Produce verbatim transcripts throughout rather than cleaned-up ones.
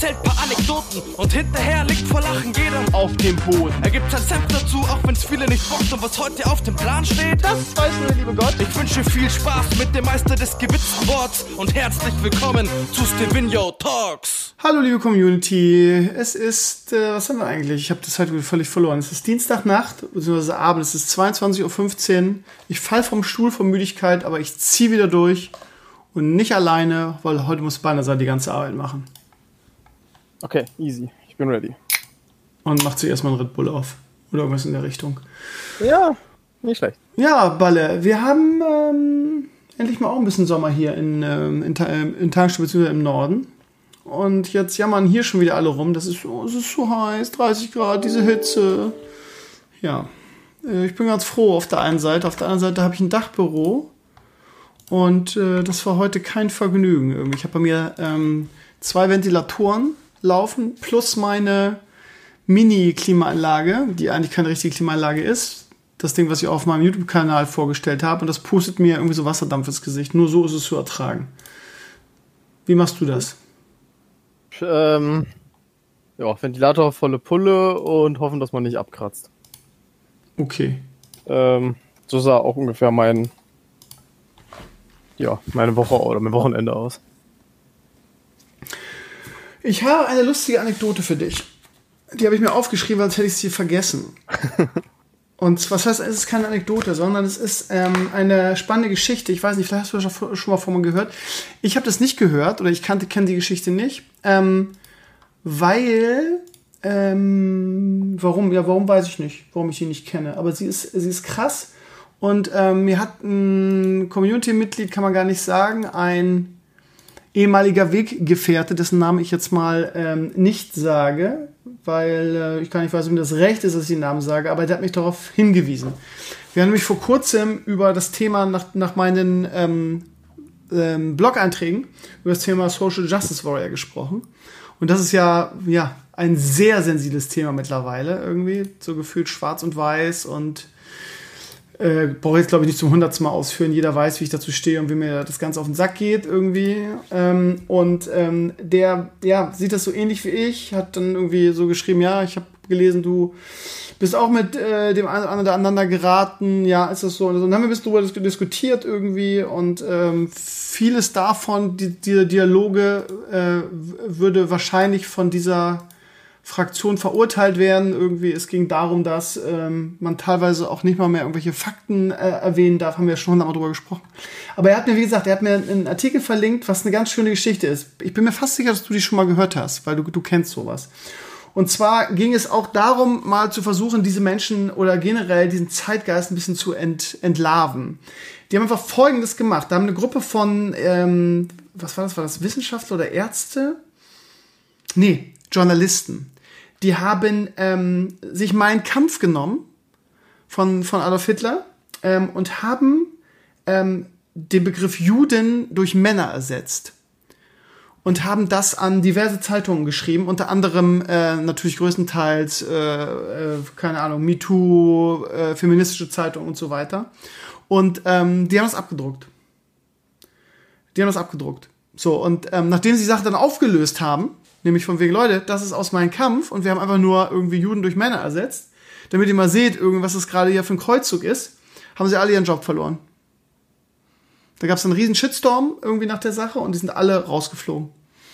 erzählt paar Anekdoten und hinterher liegt vor Lachen jeder auf dem Boden. Er gibt sein Senf dazu, auch wenn's viele nicht bockt. Und was heute auf dem Plan steht, das weiß nur der liebe Gott. Ich wünsche viel Spaß mit dem Meister des gewitzten Worts und herzlich willkommen zu Stevino Talks. Hallo liebe Community, es ist, äh, was haben wir eigentlich? Ich habe das heute völlig verloren. Es ist Dienstagnacht, beziehungsweise Abend, es ist zweiundzwanzig Uhr fünfzehn. Ich fall vom Stuhl vor Müdigkeit, aber ich ziehe wieder durch und nicht alleine, weil heute muss Banazar die ganze Arbeit machen. Okay, easy, ich bin ready. Und macht sich erstmal einen Red Bull auf oder irgendwas in der Richtung. Ja, nicht schlecht. Ja, Balle, wir haben ähm, endlich mal auch ein bisschen Sommer hier in, ähm, in, in Tankstelle bzw. im Norden. Und jetzt jammern hier schon wieder alle rum. Das ist, oh, es ist so heiß, dreißig Grad, diese Hitze. Ja, ich bin ganz froh auf der einen Seite. Auf der anderen Seite habe ich ein Dachbüro. Und äh, das war heute kein Vergnügen. Ich habe bei mir ähm, zwei Ventilatoren laufen plus meine Mini-Klimaanlage, die eigentlich keine richtige Klimaanlage ist. Das Ding, was ich auf meinem YouTube-Kanal vorgestellt habe. Und das pustet mir irgendwie so Wasserdampf ins Gesicht. Nur so ist es zu ertragen. Wie machst du das? Ähm, ja, Ventilator volle Pulle und hoffen, dass man nicht abkratzt. Okay. Ähm, so sah auch ungefähr mein, ja, meine Woche oder mein Wochenende aus. Ich habe eine lustige Anekdote für dich. Die habe ich mir aufgeschrieben, als hätte ich sie vergessen. Und was heißt, es ist keine Anekdote, sondern es ist ähm, eine spannende Geschichte. Ich weiß nicht, vielleicht hast du das schon mal von mir gehört. Ich habe das nicht gehört oder ich kannte kenne die Geschichte nicht, ähm, weil ähm, warum? Ja, warum weiß ich nicht, warum ich sie nicht kenne. Aber sie ist sie ist krass und ähm, mir hat ein Community-Mitglied, kann man gar nicht sagen, ein ehemaliger Weggefährte, dessen Namen ich jetzt mal ähm, nicht sage, weil äh, ich gar nicht weiß, ob mir das recht ist, dass ich den Namen sage, aber der hat mich darauf hingewiesen. Wir haben nämlich vor kurzem über das Thema nach, nach meinen ähm, ähm, Blog-Einträgen über das Thema Social Justice Warrior gesprochen. Und das ist ja, ja ein sehr sensibles Thema mittlerweile irgendwie, so gefühlt schwarz und weiß und Äh, brauche ich jetzt, glaube ich, nicht zum hundertsten Mal ausführen. Jeder weiß, wie ich dazu stehe und wie mir das Ganze auf den Sack geht irgendwie. Ähm, und ähm, der ja, sieht das so ähnlich wie ich, hat dann irgendwie so geschrieben, ja, ich habe gelesen, du bist auch mit äh, dem einen oder anderen aneinander geraten. Ja, ist das so? Und dann haben wir ein bisschen darüber diskutiert irgendwie und ähm, vieles davon, die, die Dialoge äh, würde wahrscheinlich von dieser Fraktion verurteilt werden. Irgendwie, es ging darum, dass ähm, man teilweise auch nicht mal mehr irgendwelche Fakten äh, erwähnen darf, haben wir ja schon hundertmal drüber gesprochen. Aber er hat mir, wie gesagt, er hat mir einen Artikel verlinkt, was eine ganz schöne Geschichte ist. Ich bin mir fast sicher, dass du die schon mal gehört hast, weil du, du kennst sowas. Und zwar ging es auch darum, mal zu versuchen, diese Menschen oder generell diesen Zeitgeist ein bisschen zu ent, entlarven. Die haben einfach Folgendes gemacht. Da haben eine Gruppe von, ähm, was war das, war das Wissenschaftler oder Ärzte? Nee, Journalisten. Die haben ähm, sich Mein Kampf genommen von, von Adolf Hitler ähm, und haben ähm, den Begriff Juden durch Männer ersetzt. Und haben das an diverse Zeitungen geschrieben, unter anderem äh, natürlich größtenteils, äh, äh, keine Ahnung, MeToo, äh, feministische Zeitungen und so weiter. Und ähm, die haben das abgedruckt. Die haben das abgedruckt. So, und ähm, nachdem sie die Sache dann aufgelöst haben, nämlich von wegen, Leute, das ist aus Mein Kampf und wir haben einfach nur irgendwie Juden durch Männer ersetzt, damit ihr mal seht, irgendwas das gerade hier für ein Kreuzzug ist, haben sie alle ihren Job verloren. Da gab es einen riesen Shitstorm irgendwie nach der Sache und die sind alle rausgeflogen.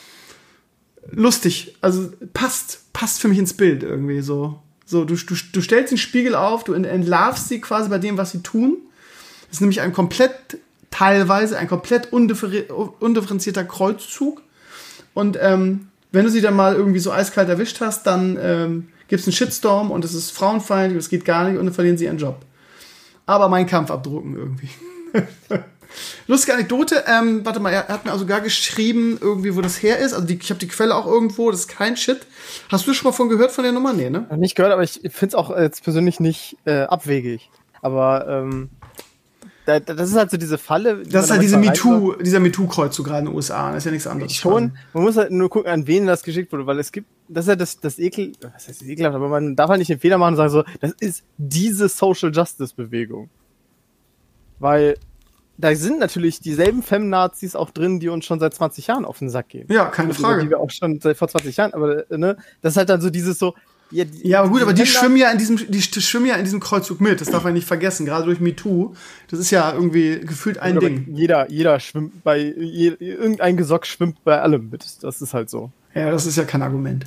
Lustig, also passt, passt für mich ins Bild irgendwie so. So, du, du, du stellst den Spiegel auf, du entlarvst sie quasi bei dem, was sie tun. Das ist nämlich ein komplett, teilweise ein komplett undiffer- undifferenzierter Kreuzzug. Und ähm, wenn du sie dann mal irgendwie so eiskalt erwischt hast, dann ähm, gibt es einen Shitstorm und es ist frauenfeindlich und es geht gar nicht und dann verlieren sie ihren Job. Aber Mein Kampf abdrucken irgendwie. Lustige Anekdote, ähm, warte mal, er hat mir also gar geschrieben, irgendwie, wo das her ist. Also die, ich habe die Quelle auch irgendwo, das ist kein Shit. Hast du schon mal von gehört von der Nummer? Nee, ne? Nicht gehört, aber ich finde es auch jetzt persönlich nicht äh, abwegig. Aber ähm, da, das ist halt so diese Falle. Die das ist halt diese MeToo, dieser MeToo-Kreuzzug gerade in den U S A. Das ist ja nichts anderes. Schon, man muss halt nur gucken, an wen das geschickt wurde, weil es gibt, das ist ja das, das Ekel, was heißt ekelhaft, aber man darf halt nicht den Fehler machen und sagen so, das ist diese Social Justice Bewegung. Weil da sind natürlich dieselben Femnazis auch drin, die uns schon seit zwanzig Jahren auf den Sack gehen. Ja, keine also, Frage. Die wir auch schon seit vor zwanzig Jahren, aber ne, das ist halt dann so dieses so. Ja, die, ja aber gut, aber die schwimmen ja in diesem, die schwimmen ja in diesem Kreuzzug mit. Das darf man nicht vergessen. Gerade durch MeToo. Das ist ja irgendwie gefühlt ein oder Ding. Jeder, jeder schwimmt bei, je, irgendein Gesock schwimmt bei allem mit. Das ist halt so. Ja, das ist ja kein Argument.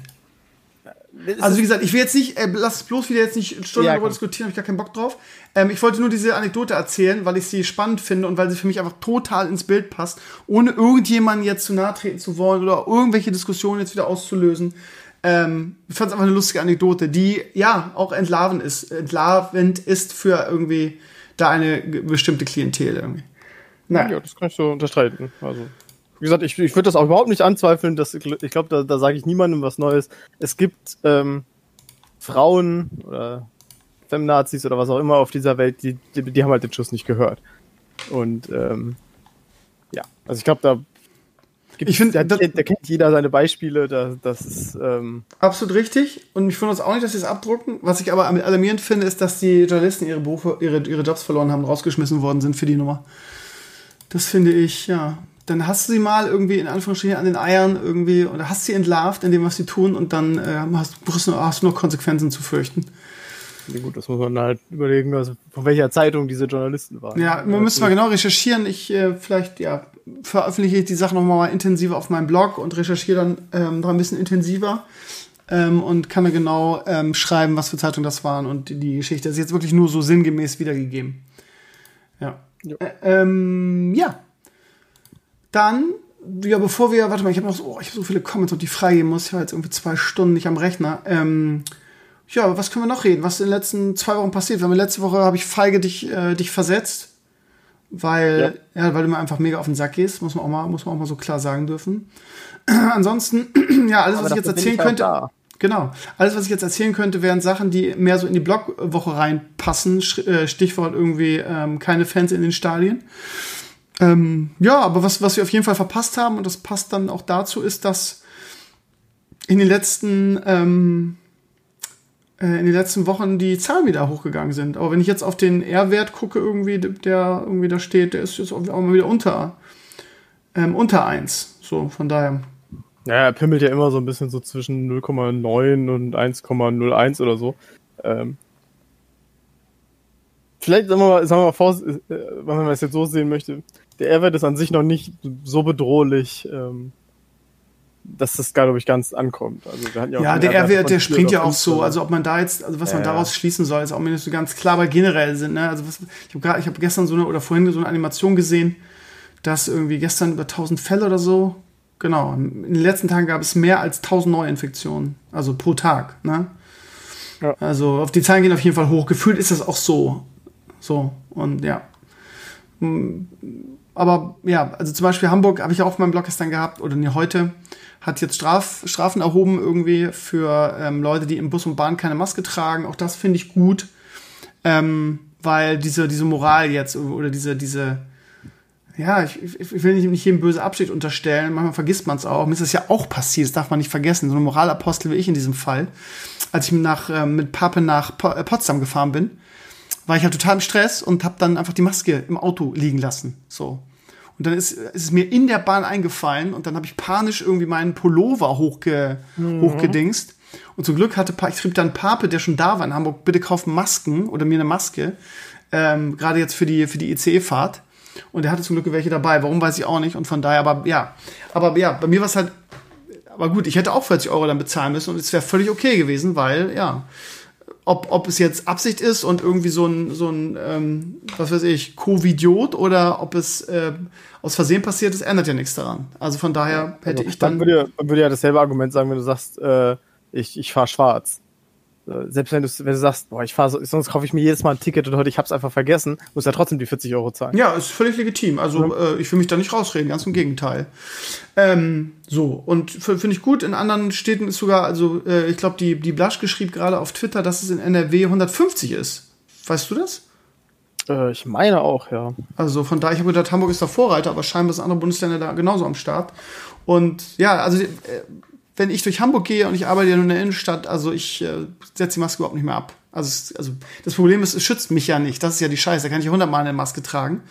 Also wie gesagt, ich will jetzt nicht, äh, lass es bloß wieder jetzt nicht Stunden ja, darüber diskutieren, habe ich gar keinen Bock drauf. Ähm, ich wollte nur diese Anekdote erzählen, weil ich sie spannend finde und weil sie für mich einfach total ins Bild passt, ohne irgendjemandem jetzt zu nahe treten zu wollen oder irgendwelche Diskussionen jetzt wieder auszulösen. Ähm, ich fand es einfach eine lustige Anekdote, die ja auch entlarvend ist, entlarvend ist für irgendwie da eine bestimmte Klientel irgendwie. Naja. Ja, das kann ich so unterstreiten. Also, wie gesagt, ich, ich würde das auch überhaupt nicht anzweifeln. Dass, ich glaube, da, da sage ich niemandem was Neues. Es gibt ähm, Frauen oder Femnazis oder was auch immer auf dieser Welt, die, die, die haben halt den Schuss nicht gehört. Und ähm, ja, also ich glaube, da Ich finde, da, da kennt jeder seine Beispiele. Da, das ist ähm absolut richtig. Und ich finde uns auch nicht, dass sie es abdrucken. Was ich aber alarmierend finde, ist, dass die Journalisten ihre Berufe, ihre, ihre Jobs verloren haben, rausgeschmissen worden sind für die Nummer. Das finde ich, ja. Dann hast du sie mal irgendwie in Anführungsstrichen an den Eiern irgendwie oder hast sie entlarvt in dem, was sie tun, und dann äh, hast, hast, du, hast du noch Konsequenzen zu fürchten. Ja gut, das muss man halt überlegen, also von welcher Zeitung diese Journalisten waren. Ja, man müsste mal genau recherchieren. Ich äh, vielleicht, ja, veröffentliche ich die Sache noch mal intensiver auf meinem Blog und recherchiere dann ähm, noch ein bisschen intensiver ähm, und kann mir genau ähm, schreiben, was für Zeitungen das waren und die, die Geschichte. Das ist jetzt wirklich nur so sinngemäß wiedergegeben. Ja. Ja. Ä- ähm, ja. Dann, ja, bevor wir, warte mal, ich habe noch so, oh, ich habe so viele Comments, die ich freigeben muss. Ich war jetzt irgendwie zwei Stunden nicht am Rechner. Ähm, ja, was können wir noch reden? Was ist in den letzten zwei Wochen passiert? Weil letzte Woche habe ich feige dich, äh, dich versetzt, weil, ja. ja, weil du mir einfach mega auf den Sack gehst, muss man auch mal, muss man auch mal so klar sagen dürfen. Ansonsten, ja, alles, was ich jetzt erzählen könnte, da. genau, alles, was ich jetzt erzählen könnte, wären Sachen, die mehr so in die Blogwoche reinpassen. Stichwort irgendwie ähm, keine Fans in den Stadien. Ähm, ja, aber was, was wir auf jeden Fall verpasst haben, und das passt dann auch dazu, ist, dass in den letzten, ähm, äh, in den letzten Wochen die Zahlen wieder hochgegangen sind. Aber wenn ich jetzt auf den R-Wert gucke, irgendwie, der irgendwie da steht, der ist jetzt auch mal wieder unter, ähm, unter eins. So, von daher. Naja, er pimmelt ja immer so ein bisschen so zwischen null Komma neun und eins Komma null eins oder so. Ähm, vielleicht, sagen wir mal, sagen wir mal vor, äh, wenn man es jetzt so sehen möchte, der R-Wert ist an sich noch nicht so bedrohlich, ähm, dass das, glaube ich, ganz ankommt. Also, wir hatten ja, ja auch der R-Wert, der springt ja auch so. Also ob man da jetzt, also was ja, man daraus schließen soll, ist auch nicht so ganz klar, weil generell sind, ne? Also was, ich habe gerade, ich habe gestern so eine, oder vorhin so eine Animation gesehen, dass irgendwie gestern über tausend Fälle oder so, genau, in den letzten Tagen gab es mehr als tausend Neuinfektionen, also pro Tag, ne? Ja. Also auf die Zahlen gehen auf jeden Fall hoch. Gefühlt ist das auch so. So, und ja. Aber ja, also zum Beispiel Hamburg habe ich auch auf meinem Blog gestern gehabt, oder nee, heute, hat jetzt Straf, Strafen erhoben irgendwie für ähm, Leute, die im Bus und Bahn keine Maske tragen. Auch das finde ich gut, ähm, weil diese, diese Moral jetzt, oder diese, diese, ja, ich, ich will nicht, nicht jedem böse Absicht unterstellen, manchmal vergisst man es auch. Mir ist das ja auch passiert, das darf man nicht vergessen. So eine Moralapostel wie ich in diesem Fall, als ich nach, äh, mit Pape nach po- äh, Potsdam gefahren bin, war ich halt total im Stress und habe dann einfach die Maske im Auto liegen lassen. So. Und dann ist, ist es mir in der Bahn eingefallen und dann habe ich panisch irgendwie meinen Pullover hochge, mhm. hochgedingst. Und zum Glück hatte, ich schrieb dann Pape, der schon da war in Hamburg, bitte kauf Masken oder mir eine Maske, ähm, gerade jetzt für die, für die I C E-Fahrt. Und er hatte zum Glück welche dabei. Warum, weiß ich auch nicht. Und von daher, aber ja. Aber ja, bei mir war es halt, aber gut, ich hätte auch vierzig Euro dann bezahlen müssen und es wäre völlig okay gewesen, weil, ja, ob, ob es jetzt Absicht ist und irgendwie so ein, so ein ähm, was weiß ich, Covidiot oder ob es äh, aus Versehen passiert ist, ändert ja nichts daran. Also von daher hätte also, ich dann... Man würde, man würde ja dasselbe Argument sagen, wenn du sagst, äh, ich, ich fahre schwarz. Selbst wenn du, wenn du sagst, boah, ich fahre so, sonst kaufe ich mir jedes Mal ein Ticket und heute ich hab's einfach vergessen, muss ja trotzdem die vierzig Euro zahlen. Ja, ist völlig legitim. Also ja. äh, ich will mich da nicht rausreden, ganz im Gegenteil. Ähm, so, und finde ich gut. In anderen Städten ist sogar, also äh, ich glaube, die, die Blaschke schrieb gerade auf Twitter, dass es in N R W hundertfünfzig ist. Weißt du das? Äh, ich meine auch, ja. Also von daher, ich habe gedacht, Hamburg ist der Vorreiter, aber scheinbar sind andere Bundesländer da genauso am Start. Und ja, also äh, wenn ich durch Hamburg gehe und ich arbeite ja nur in der Innenstadt, also ich äh, setze die Maske überhaupt nicht mehr ab. Also, es, also das Problem ist, es schützt mich ja nicht. Das ist ja die Scheiße. Da kann ich hundertmal eine Maske tragen.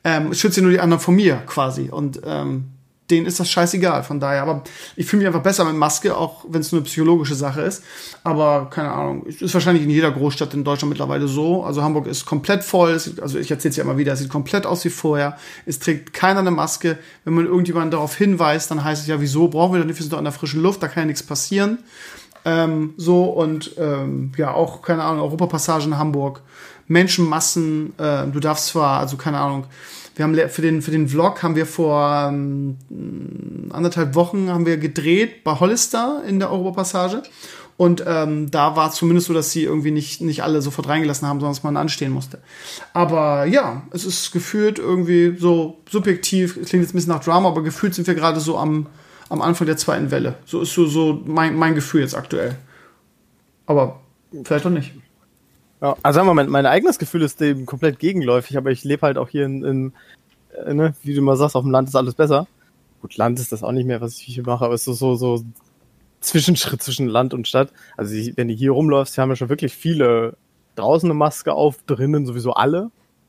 Ähm, es schützt ja nur die anderen von mir quasi. Und ähm, denen ist das scheißegal, von daher. Aber ich fühle mich einfach besser mit Maske, auch wenn es nur eine psychologische Sache ist. Aber keine Ahnung, ist wahrscheinlich in jeder Großstadt in Deutschland mittlerweile so. Also Hamburg ist komplett voll. Sieht, also ich erzähle es ja immer wieder, es sieht komplett aus wie vorher. Es trägt keiner eine Maske. Wenn man irgendjemanden darauf hinweist, dann heißt es ja, wieso brauchen wir das nicht? Wir sind doch in der frischen Luft, da kann ja nichts passieren. Ähm, so und ähm, ja, auch, keine Ahnung, Europapassage in Hamburg. Menschenmassen, äh, du darfst zwar, also keine Ahnung, wir haben für den, für den Vlog haben wir vor ähm, anderthalb Wochen haben wir gedreht bei Hollister in der Europapassage. Und ähm, da war es zumindest so, dass sie irgendwie nicht, nicht alle sofort reingelassen haben, sondern dass man anstehen musste. Aber ja, es ist gefühlt irgendwie so subjektiv, es klingt jetzt ein bisschen nach Drama, aber gefühlt sind wir gerade so am, am Anfang der zweiten Welle. So ist so, so mein, mein Gefühl jetzt aktuell. Aber vielleicht auch nicht. Ja, also sagen wir mal, mein eigenes Gefühl ist dem komplett gegenläufig, aber ich lebe halt auch hier in, in äh, ne, wie du mal sagst, auf dem Land ist alles besser. Gut, Land ist das auch nicht mehr, was ich hier mache, aber es ist so, so, so Zwischenschritt zwischen Land und Stadt. Also wenn du hier rumläufst, wir haben ja schon wirklich viele draußen eine Maske auf, drinnen sowieso alle.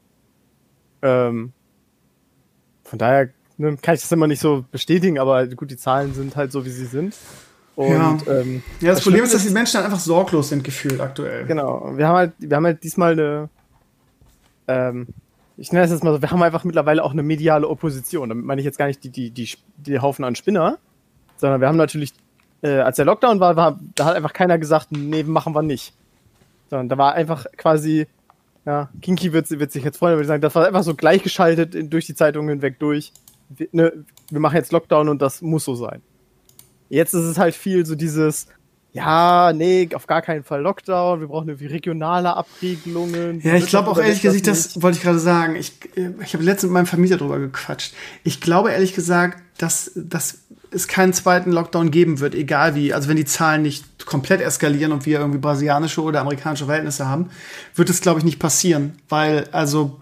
Ähm, von daher ne, kann ich das immer nicht so bestätigen, aber gut, die Zahlen sind halt so, wie sie sind. Und, ja. Ähm, ja, das, das Problem ist, dass die Menschen dann einfach sorglos sind, gefühlt aktuell. Genau. Wir haben halt, wir haben halt diesmal eine, ähm, ich nenne das jetzt mal so, wir haben einfach mittlerweile auch eine mediale Opposition. Damit meine ich jetzt gar nicht die, die, die, die Haufen an Spinner, sondern wir haben natürlich, äh, als der Lockdown war, war, da hat einfach keiner gesagt, nee, machen wir nicht. Sondern da war einfach quasi, ja, Kinky wird, wird sich jetzt freuen, würde ich sagen, das war einfach so gleichgeschaltet in, durch die Zeitungen hinweg durch. Wir, ne, wir machen jetzt Lockdown und das muss so sein. Jetzt ist es halt viel so dieses, ja, nee, auf gar keinen Fall Lockdown, wir brauchen irgendwie regionale Abregelungen. Ja, ich glaube auch ehrlich gesagt, das, das wollte ich gerade sagen, ich, ich habe letztens mit meinem Vermieter drüber gequatscht. Ich glaube ehrlich gesagt, dass, dass es keinen zweiten Lockdown geben wird, egal wie, also wenn die Zahlen nicht komplett eskalieren und wir irgendwie brasilianische oder amerikanische Verhältnisse haben, wird es, glaube ich, nicht passieren, weil, also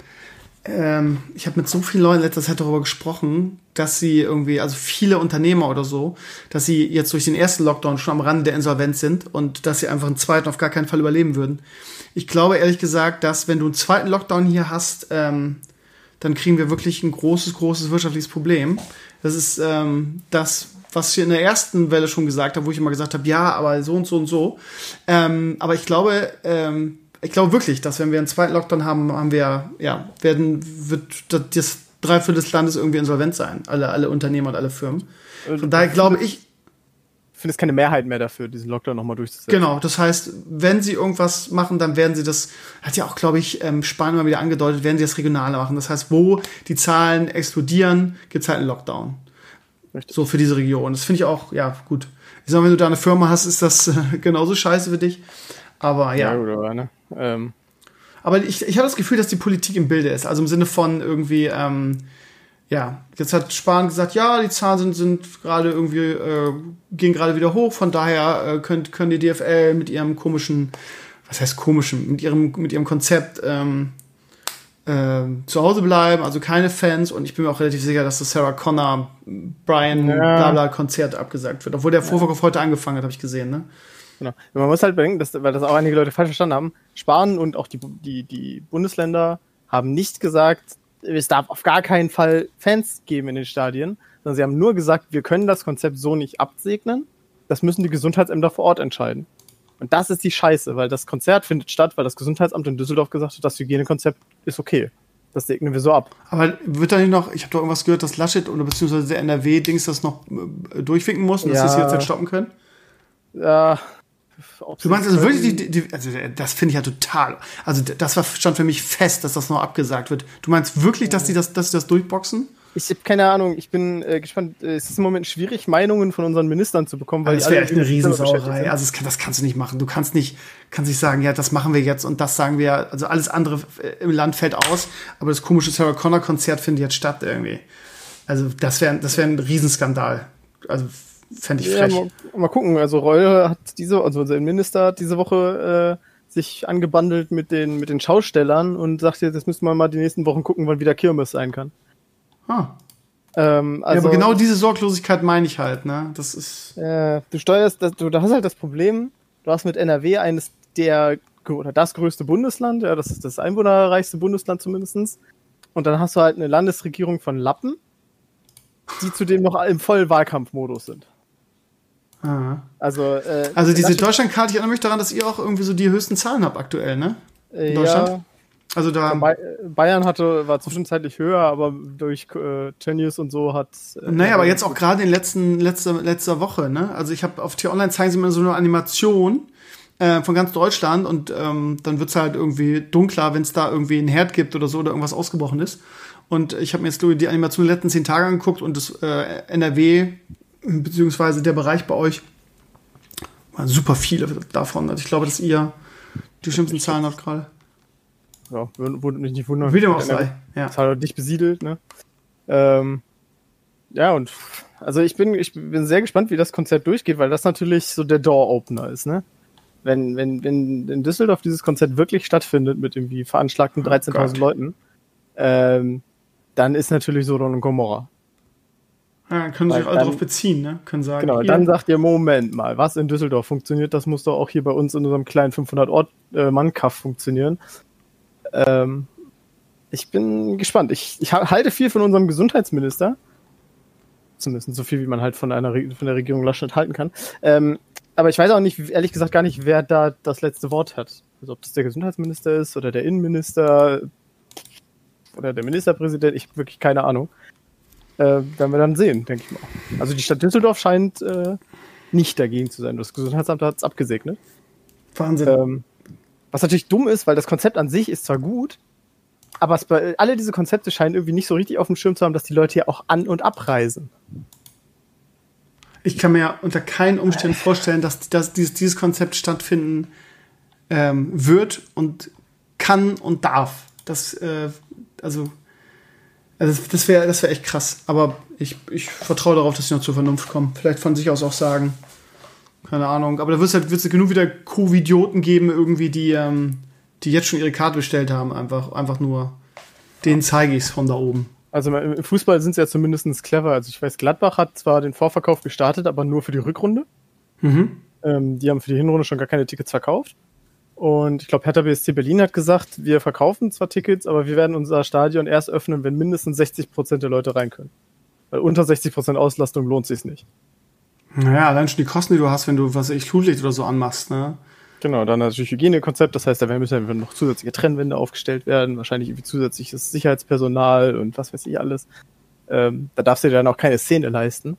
Ähm, ich habe mit so vielen Leuten letzter Zeit darüber gesprochen, dass sie irgendwie, also viele Unternehmer oder so, dass sie jetzt durch den ersten Lockdown schon am Rande der Insolvenz sind und dass sie einfach einen zweiten auf gar keinen Fall überleben würden. Ich glaube ehrlich gesagt, dass wenn du einen zweiten Lockdown hier hast, ähm, dann kriegen wir wirklich ein großes, großes wirtschaftliches Problem. Das ist ähm, das, was ich in der ersten Welle schon gesagt habe, wo ich immer gesagt habe, ja, aber so und so und so. Ähm, aber ich glaube, ähm, Ich glaube wirklich, dass wenn wir einen zweiten Lockdown haben, haben wir, ja, werden, wird das Dreiviertel des Landes irgendwie insolvent sein. Alle, alle Unternehmer und alle Firmen. Von daher glaube ich. Ich finde es keine Mehrheit mehr dafür, diesen Lockdown nochmal durchzusetzen. Genau, das heißt, wenn sie irgendwas machen, dann werden sie das, hat ja auch, glaube ich, ähm, Spanien mal wieder angedeutet, werden sie das Regionale machen. Das heißt, wo die Zahlen explodieren, gibt es halt einen Lockdown. Richtig. So für diese Region. Das finde ich auch, ja, gut. Ich sag mal, wenn du da eine Firma hast, ist das äh, genauso scheiße für dich. Aber ja. Ja, gut, aber, ne? ähm. aber ich, ich habe das Gefühl, dass die Politik im Bilde ist. Also im Sinne von irgendwie, ähm, ja, jetzt hat Spahn gesagt, ja, die Zahlen sind, sind gerade irgendwie, äh, gehen gerade wieder hoch. Von daher äh, könnt, können die D F L mit ihrem komischen, was heißt komischen, mit ihrem, mit ihrem Konzept ähm, äh, zu Hause bleiben. Also keine Fans. Und ich bin mir auch relativ sicher, dass das Sarah Connor, Brian, ja. Blabla Konzert abgesagt wird. Obwohl der Vorverkauf ja. heute angefangen hat, habe ich gesehen, ne? Genau. Man muss halt bedenken, dass, weil das auch einige Leute falsch verstanden haben, Spahn und auch die, die, die Bundesländer haben nicht gesagt, es darf auf gar keinen Fall Fans geben in den Stadien, sondern sie haben nur gesagt, wir können das Konzept so nicht absegnen, das müssen die Gesundheitsämter vor Ort entscheiden. Und das ist die Scheiße, weil das Konzert findet statt, weil das Gesundheitsamt in Düsseldorf gesagt hat, das Hygienekonzept ist okay. Das segnen wir so ab. Aber wird da nicht noch, ich habe doch irgendwas gehört, dass Laschet oder beziehungsweise der N R W-Dings das noch äh, durchwinken muss und ja. dass sie es jetzt stoppen können? Ja. Du meinst also wirklich, die, die, also das finde ich ja total, also das war stand für mich fest, dass das noch abgesagt wird. Du meinst wirklich, dass die das, dass die das durchboxen? Ich habe keine Ahnung, ich bin äh, gespannt. Es ist im Moment schwierig, Meinungen von unseren Ministern zu bekommen, weil das wäre echt eine Riesensauerei. Also das, kann, das kannst du nicht machen. Du kannst nicht, kannst nicht sagen, ja, das machen wir jetzt und das sagen wir. Also alles andere im Land fällt aus, aber das komische Sarah Connor Konzert findet jetzt statt irgendwie. Also das wäre, das wäre ein Riesenskandal. Also fände ich frech. Ja, mal, mal gucken. Also Reul hat diese, also unser Innenminister hat diese Woche äh, sich angebandelt mit den mit den Schaustellern und sagt jetzt, das müssen wir mal die nächsten Wochen gucken, wann wieder Kirmes sein kann. Huh. Ähm, also, ja, aber genau diese Sorglosigkeit meine ich halt, ne? Das ist. Äh, du steuerst, das, du, da hast halt das Problem, du hast mit N R W eines der oder das größte Bundesland, ja, das ist das einwohnerreichste Bundesland zumindestens. Und dann hast du halt eine Landesregierung von Lappen, die zudem noch im vollen Wahlkampfmodus sind. Ah. Also, äh, also diese Deutschlandkarte, ich erinnere mich daran, dass ihr auch irgendwie so die höchsten Zahlen habt aktuell, ne? In Deutschland? Ja. Also da Bayern hatte, war zwischenzeitlich höher, aber durch äh, Tönnies und so hat. Äh, naja, aber jetzt auch gerade in letzten letzter letzter Woche, ne? Also ich habe auf T-Online zeigen sie mir so eine Animation äh, von ganz Deutschland und ähm, dann wird's halt irgendwie dunkler, wenn es da irgendwie einen Herd gibt oder so oder irgendwas ausgebrochen ist. Und ich habe mir jetzt die Animation der letzten zehn Tage angeguckt und das äh, N R W beziehungsweise der Bereich bei euch waren super viele davon. Also ich glaube, dass ihr die schlimmsten Zahlen habt gerade. Ja, würde mich nicht wundern. Wieder auch sei. Ja. Das hat halt dicht besiedelt, ne? Ähm, ja, und also ich bin, ich bin sehr gespannt, wie das Konzert durchgeht, weil das natürlich so der Door-Opener ist, ne? Wenn, wenn, wenn in Düsseldorf dieses Konzert wirklich stattfindet mit irgendwie veranschlagten dreizehntausend oh Leuten, ähm, dann ist natürlich Sodom und Gomorra. Ja, können sich alle darauf beziehen, ne? Können sagen. Genau, dann sagt ihr, Moment mal, was in Düsseldorf funktioniert, das muss doch auch hier bei uns in unserem kleinen fünfhundert-Mann-Kaff funktionieren. Ähm, ich bin gespannt. Ich, ich halte viel von unserem Gesundheitsminister. Zumindest so viel, wie man halt von einer von der Regierung Laschet halten kann. Ähm, aber ich weiß auch nicht, ehrlich gesagt, gar nicht, wer da das letzte Wort hat. Also ob das der Gesundheitsminister ist oder der Innenminister oder der Ministerpräsident. Ich habe wirklich keine Ahnung. Äh, werden wir dann sehen, denke ich mal. Also die Stadt Düsseldorf scheint äh, nicht dagegen zu sein. Das Gesundheitsamt hat es abgesegnet. Wahnsinn. Ähm, Was natürlich dumm ist, weil das Konzept an sich ist zwar gut, aber es, alle diese Konzepte scheinen irgendwie nicht so richtig auf dem Schirm zu haben, dass die Leute hier auch an- und abreisen. Ich kann mir unter keinen Umständen vorstellen, dass, dass dieses, dieses Konzept stattfinden ähm, wird und kann und darf. Das, äh, also, also das wäre das wär echt krass. Aber ich, ich vertraue darauf, dass sie noch zur Vernunft kommen. Vielleicht von sich aus auch sagen. Keine Ahnung, aber da wird es halt, wird's genug wieder Covidioten geben, irgendwie, die, ähm, die jetzt schon ihre Karte bestellt haben, einfach, einfach nur. Denen zeige ich es von da oben. Also im Fußball sind sie ja zumindest clever. Also ich weiß, Gladbach hat zwar den Vorverkauf gestartet, aber nur für die Rückrunde. Mhm. Ähm, die haben für die Hinrunde schon gar keine Tickets verkauft. Und ich glaube, Hertha B S C Berlin hat gesagt, wir verkaufen zwar Tickets, aber wir werden unser Stadion erst öffnen, wenn mindestens sechzig Prozent der Leute rein können. Weil unter sechzig Prozent Auslastung lohnt sich's nicht. Naja, allein schon die Kosten, die du hast, wenn du, was weiß ich, Flutlicht oder so anmachst, ne? Genau, dann natürlich Hygienekonzept, das heißt, da müssen noch zusätzliche Trennwände aufgestellt werden, wahrscheinlich irgendwie zusätzliches Sicherheitspersonal und was weiß ich alles. Ähm, da darfst du dir dann auch keine Szene leisten.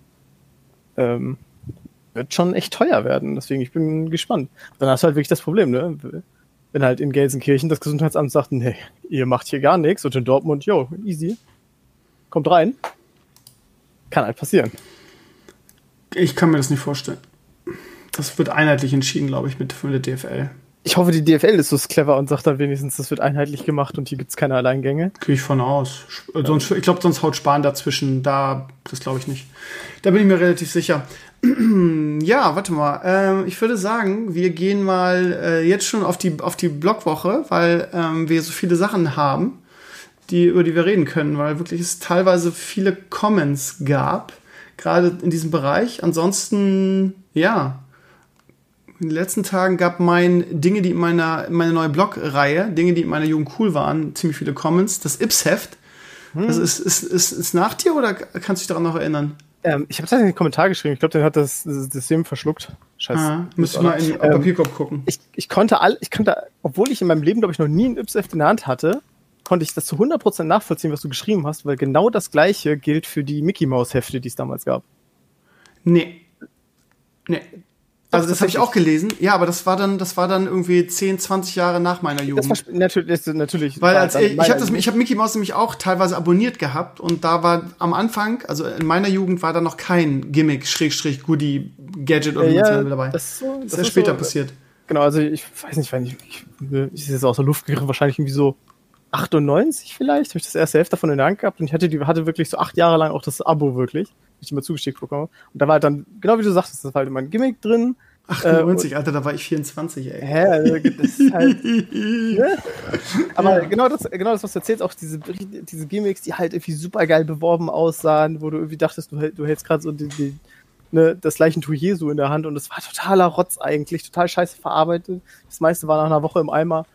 Ähm, wird schon echt teuer werden, deswegen ich bin gespannt. Dann hast du halt wirklich das Problem, ne? Wenn halt in Gelsenkirchen das Gesundheitsamt sagt, nee, ihr macht hier gar nichts und in Dortmund, jo, easy, kommt rein. Kann halt passieren. Ich kann mir das nicht vorstellen. Das wird einheitlich entschieden, glaube ich, mit, mit der D F L. Ich hoffe, die D F L ist so clever und sagt dann wenigstens, das wird einheitlich gemacht und hier gibt es keine Alleingänge. Gehe ich von aus. Ja. Sonst, ich glaube, sonst haut Spahn dazwischen. Da, das glaube ich nicht. Da bin ich mir relativ sicher. Ja, warte mal. Ähm, ich würde sagen, wir gehen mal äh, jetzt schon auf die, auf die Blogwoche, weil ähm, wir so viele Sachen haben, die, über die wir reden können, weil wirklich es teilweise viele Comments gab, gerade in diesem Bereich. Ansonsten, ja, in den letzten Tagen gab mein Dinge, die in meiner, in meiner neuen Blog-Reihe, Dinge, die in meiner Jugend cool waren, ziemlich viele Comments. Das Ips-Heft, hm. das ist, ist, ist, ist nach dir oder kannst du dich daran noch erinnern? Ähm, ich habe tatsächlich einen Kommentar geschrieben. Ich glaube, den hat das System verschluckt. Scheiße. Ah, müsste ich mal in den ähm, Papierkorb gucken. Ich, ich konnte all, ich konnte, obwohl ich in meinem Leben, glaube ich, noch nie ein Ips-Heft in der Hand hatte, konnte ich das zu hundert Prozent nachvollziehen, was du geschrieben hast, weil genau das Gleiche gilt für die Mickey-Maus-Hefte, die es damals gab. Nee. Nee. Also das, das habe ich auch gelesen. Ja, aber das war dann, das war dann irgendwie zehn, zwanzig Jahre nach meiner Jugend. Das war natürlich, das natürlich. Weil als ich, ich habe das, ich habe Mickey Mouse nämlich auch teilweise abonniert gehabt und da war am Anfang, also in meiner Jugend war da noch kein Gimmick, Schrägstrich, Goodie, Gadget oder ja, ja, dabei. Das ist, so, das ist erst später so, passiert. Genau, also ich weiß nicht, wenn ich, ich, ich ist jetzt aus der Luft gegriffen, wahrscheinlich irgendwie so achtundneunzig vielleicht, habe ich das erste Hälfte davon in der Hand gehabt und ich hatte die hatte wirklich so acht Jahre lang auch das Abo wirklich, ich immer zugesteckt bekommen. Und da war halt dann, genau wie du sagtest, das war halt immer ein Gimmick drin. achtundneunzig, äh, Alter, da war ich vierundzwanzig, ey. Hä, also das ist halt, ne? Aber ja. genau das, genau das, was du erzählst, auch diese, diese Gimmicks, die halt irgendwie super geil beworben aussahen, wo du irgendwie dachtest, du, du hältst gerade so die, die, ne, das Leichentuch Jesu in der Hand und es war totaler Rotz eigentlich, total scheiße verarbeitet. Das meiste war nach einer Woche im Eimer.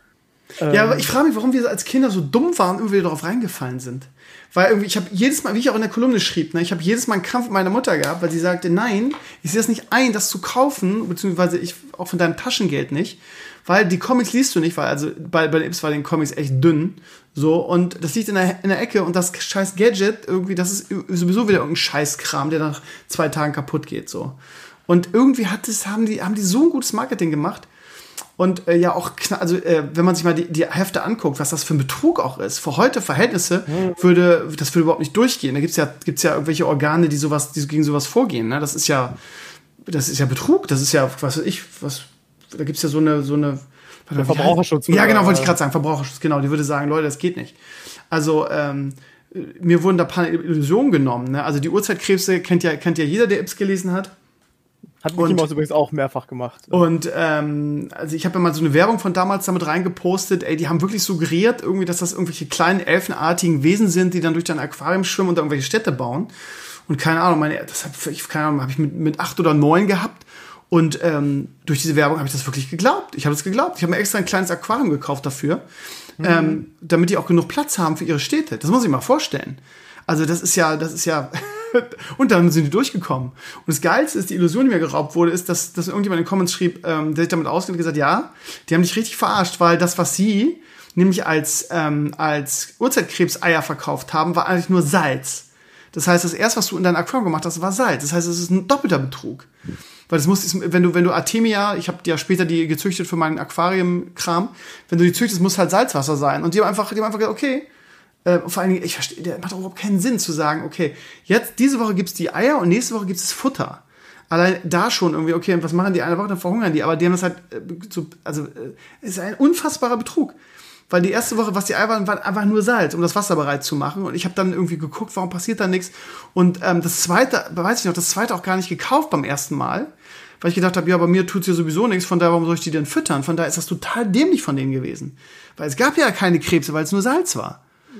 Ja, ähm, aber ich frage mich, warum wir als Kinder so dumm waren, irgendwie darauf reingefallen sind. Weil irgendwie, ich habe jedes Mal, wie ich auch in der Kolumne schrieb, ne, ich habe jedes Mal einen Kampf mit meiner Mutter gehabt, weil sie sagte, nein, ich sehe es nicht ein, das zu kaufen, beziehungsweise ich auch von deinem Taschengeld nicht, weil die Comics liest du nicht, weil also bei, bei den Ips war den Comics echt dünn, so, und das liegt in der, in der Ecke und das scheiß Gadget irgendwie, das ist sowieso wieder irgendein Scheißkram, der nach zwei Tagen kaputt geht, so. Und irgendwie hat das, haben die, haben die so ein gutes Marketing gemacht. Und äh, ja auch, also äh, wenn man sich mal die, die Hefte anguckt, was das für ein Betrug auch ist, für heute Verhältnisse würde, das würde überhaupt nicht durchgehen. Da gibt's ja, gibt's ja irgendwelche Organe, die sowas, die gegen sowas vorgehen. Ne? Das ist ja, das ist ja Betrug. Das ist ja, was weiß ich, was, da gibt's ja so eine, so eine warte, Verbraucherschutz. Ja, genau, wollte ich gerade sagen, Verbraucherschutz. Genau, die würde sagen, Leute, das geht nicht. Also ähm, mir wurden da ein paar Illusionen genommen. Ne? Also die Urzeitkrebse kennt ja, kennt ja jeder, der Ips gelesen hat. Hat Mickey Mouse übrigens auch mehrfach gemacht. Und ähm, also ich habe ja mal so eine Werbung von damals damit reingepostet, ey, die haben wirklich suggeriert, irgendwie, dass das irgendwelche kleinen elfenartigen Wesen sind, die dann durch dein Aquarium schwimmen und da irgendwelche Städte bauen. Und keine Ahnung, meine, das hab ich, keine Ahnung, habe ich mit, mit acht oder neun gehabt. Und ähm, durch diese Werbung habe ich das wirklich geglaubt. Ich habe es geglaubt. Ich habe mir extra ein kleines Aquarium gekauft dafür, mhm. ähm, damit die auch genug Platz haben für ihre Städte. Das muss ich mal vorstellen. Also das ist ja, das ist ja, und dann sind die durchgekommen. Und das Geilste ist, die Illusion, die mir geraubt wurde, ist, dass, dass irgendjemand in den Comments schrieb, ähm, der sich damit auskennt und gesagt, ja, die haben dich richtig verarscht, weil das, was sie nämlich als, ähm, als Urzeitkrebseier verkauft haben, war eigentlich nur Salz. Das heißt, das erste, was du in deinem Aquarium gemacht hast, war Salz. Das heißt, es ist ein doppelter Betrug. Weil das muss, wenn du, wenn du Artemia, ich habe ja später die gezüchtet für meinen Aquarium-Kram, wenn du die züchtest, muss halt Salzwasser sein. Und die haben einfach, die haben einfach gesagt, okay, Äh, vor allen Dingen, ich verstehe, der macht auch überhaupt keinen Sinn zu sagen, okay, jetzt, diese Woche gibt's die Eier und nächste Woche gibt's das Futter. Allein da schon irgendwie, okay, und was machen die eine Woche, dann verhungern die, aber die haben das halt, äh, so, also, äh, es ist ein unfassbarer Betrug. Weil die erste Woche, was die Eier waren, war einfach nur Salz, um das Wasser bereit zu machen. Und ich habe dann irgendwie geguckt, warum passiert da nichts. Und ähm, das zweite, weiß ich noch, das zweite auch gar nicht gekauft beim ersten Mal, weil ich gedacht habe, ja, bei mir tut's hier sowieso nichts, von daher, warum soll ich die denn füttern? Von daher ist das total dämlich von denen gewesen. Weil es gab ja keine Krebse, weil es nur Salz war.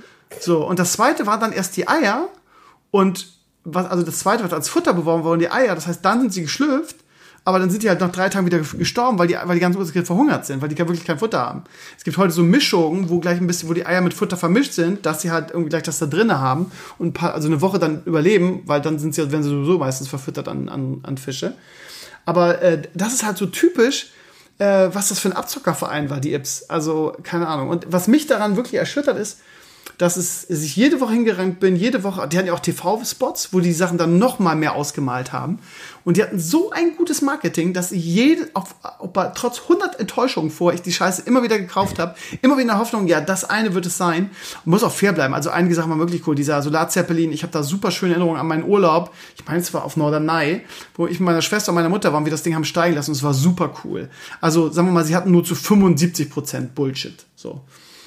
So, und das zweite war dann erst die Eier und was, also das zweite, was als Futter beworben worden, die Eier, das heißt, dann sind sie geschlüpft, aber dann sind die halt nach drei Tagen wieder gestorben, weil die, weil die ganzen Urzeitkrebse verhungert sind, weil die wirklich kein Futter haben. Es gibt heute so Mischungen, wo gleich ein bisschen, wo die Eier mit Futter vermischt sind, dass sie halt irgendwie gleich das da drinne haben und ein paar, also eine Woche dann überleben, weil dann sind sie, werden sie sowieso meistens verfüttert an, an, an Fische. Aber äh, das ist halt so typisch, äh, was das für ein Abzockerverein war, die Ips. Also, keine Ahnung. Und was mich daran wirklich erschüttert ist, dass es, dass ich jede Woche hingerannt bin, jede Woche, die hatten ja auch T V-Spots, wo die Sachen dann noch mal mehr ausgemalt haben. Und die hatten so ein gutes Marketing, dass ich jede, auf, auf, trotz hundert Enttäuschungen vor, ich die Scheiße immer wieder gekauft habe, immer wieder in der Hoffnung, ja, das eine wird es sein. Und muss auch fair bleiben. Also einige Sachen waren wirklich cool. Dieser Solarzeppelin, ich habe da super schöne Erinnerungen an meinen Urlaub. Ich meine, es war auf Norderney, wo ich mit meiner Schwester und meiner Mutter waren, wir das Ding haben steigen lassen. Und es war super cool. Also, sagen wir mal, sie hatten nur zu fünfundsiebzig Prozent Bullshit. So.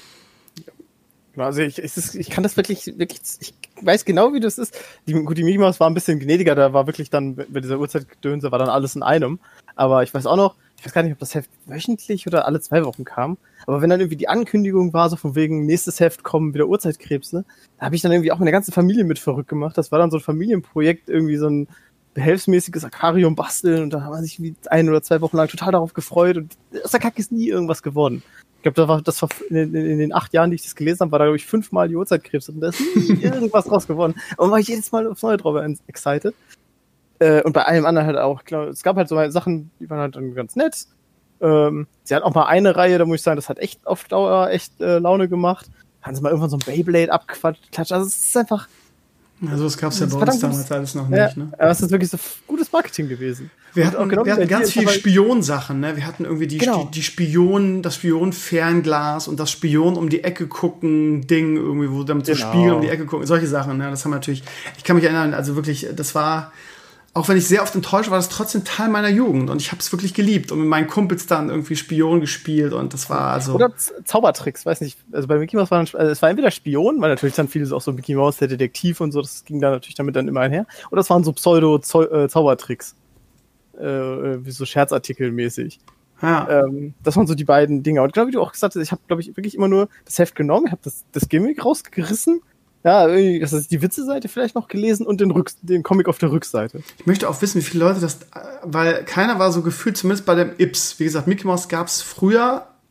Also ich, ich, ich kann das wirklich, wirklich, ich weiß genau, wie das ist. Die, gut, die Mickey Mouse war ein bisschen gnädiger, da war wirklich dann, bei dieser Uhrzeitgedönse war dann alles in einem. Aber ich weiß auch noch, ich weiß gar nicht, ob das Heft wöchentlich oder alle zwei Wochen kam. Aber wenn dann irgendwie die Ankündigung war, so von wegen, nächstes Heft kommen wieder Urzeitkrebse, da habe ich dann irgendwie auch meine ganze Familie mit verrückt gemacht. Das war dann so ein Familienprojekt, irgendwie so ein behelfsmäßiges Aquarium basteln und da haben wir sich wie ein oder zwei Wochen lang total darauf gefreut und aus der Kacke ist nie irgendwas geworden. Ich glaube, das war, das war in, in, in den acht Jahren, die ich das gelesen habe, war da, glaube ich, fünfmal die Urzeitkrebs und da ist nie irgendwas draus geworden. Und war ich jedes Mal aufs Neue drauf excited. Äh, und bei allem anderen halt auch, klar, es gab halt so Sachen, die waren halt dann ganz nett. Ähm, sie hat auch mal eine Reihe, da muss ich sagen, das hat echt auf Dauer echt äh, Laune gemacht. Haben sie mal irgendwann so ein Beyblade abgeklatscht. Also es ist einfach... Also das gab es ja bei uns damals alles noch nicht. Ja, ne? Aber es ist wirklich so gutes Marketing gewesen. Wir hatten, genau wir hatten ganz viele Spionsachen. Ne? Wir hatten irgendwie die, genau. die Spion, das Spion-Fernglas und das Spion um die Ecke gucken Ding irgendwie, wo damit so genau. Spiegel um die Ecke gucken. Solche Sachen. Ne? Das haben wir natürlich. Ich kann mich erinnern. Also wirklich, das war. Auch wenn ich sehr oft enttäuscht war, das trotzdem Teil meiner Jugend. Und ich habe es wirklich geliebt. Und mit meinen Kumpels dann irgendwie Spion gespielt. Und das war also... Oder Zaubertricks, weiß nicht. Also bei Mickey Mouse war dann, also es war entweder Spion, weil natürlich dann viele auch so Mickey Mouse, der Detektiv und so, das ging da natürlich damit dann immer einher. Oder es waren so Pseudo-Zaubertricks. Äh, wie so Scherzartikel-mäßig. Ja. Ähm, das waren so die beiden Dinge. Und genau wie du auch gesagt hast, ich habe, glaube ich, wirklich immer nur das Heft genommen, ich habe das, das Gimmick rausgerissen. Ja, das ist die Witze-Seite vielleicht noch gelesen und den, Rück- den Comic auf der Rückseite. Ich möchte auch wissen, wie viele Leute das, weil keiner war so gefühlt, zumindest bei dem Ips. Wie gesagt, Mickey Mouse gab es früher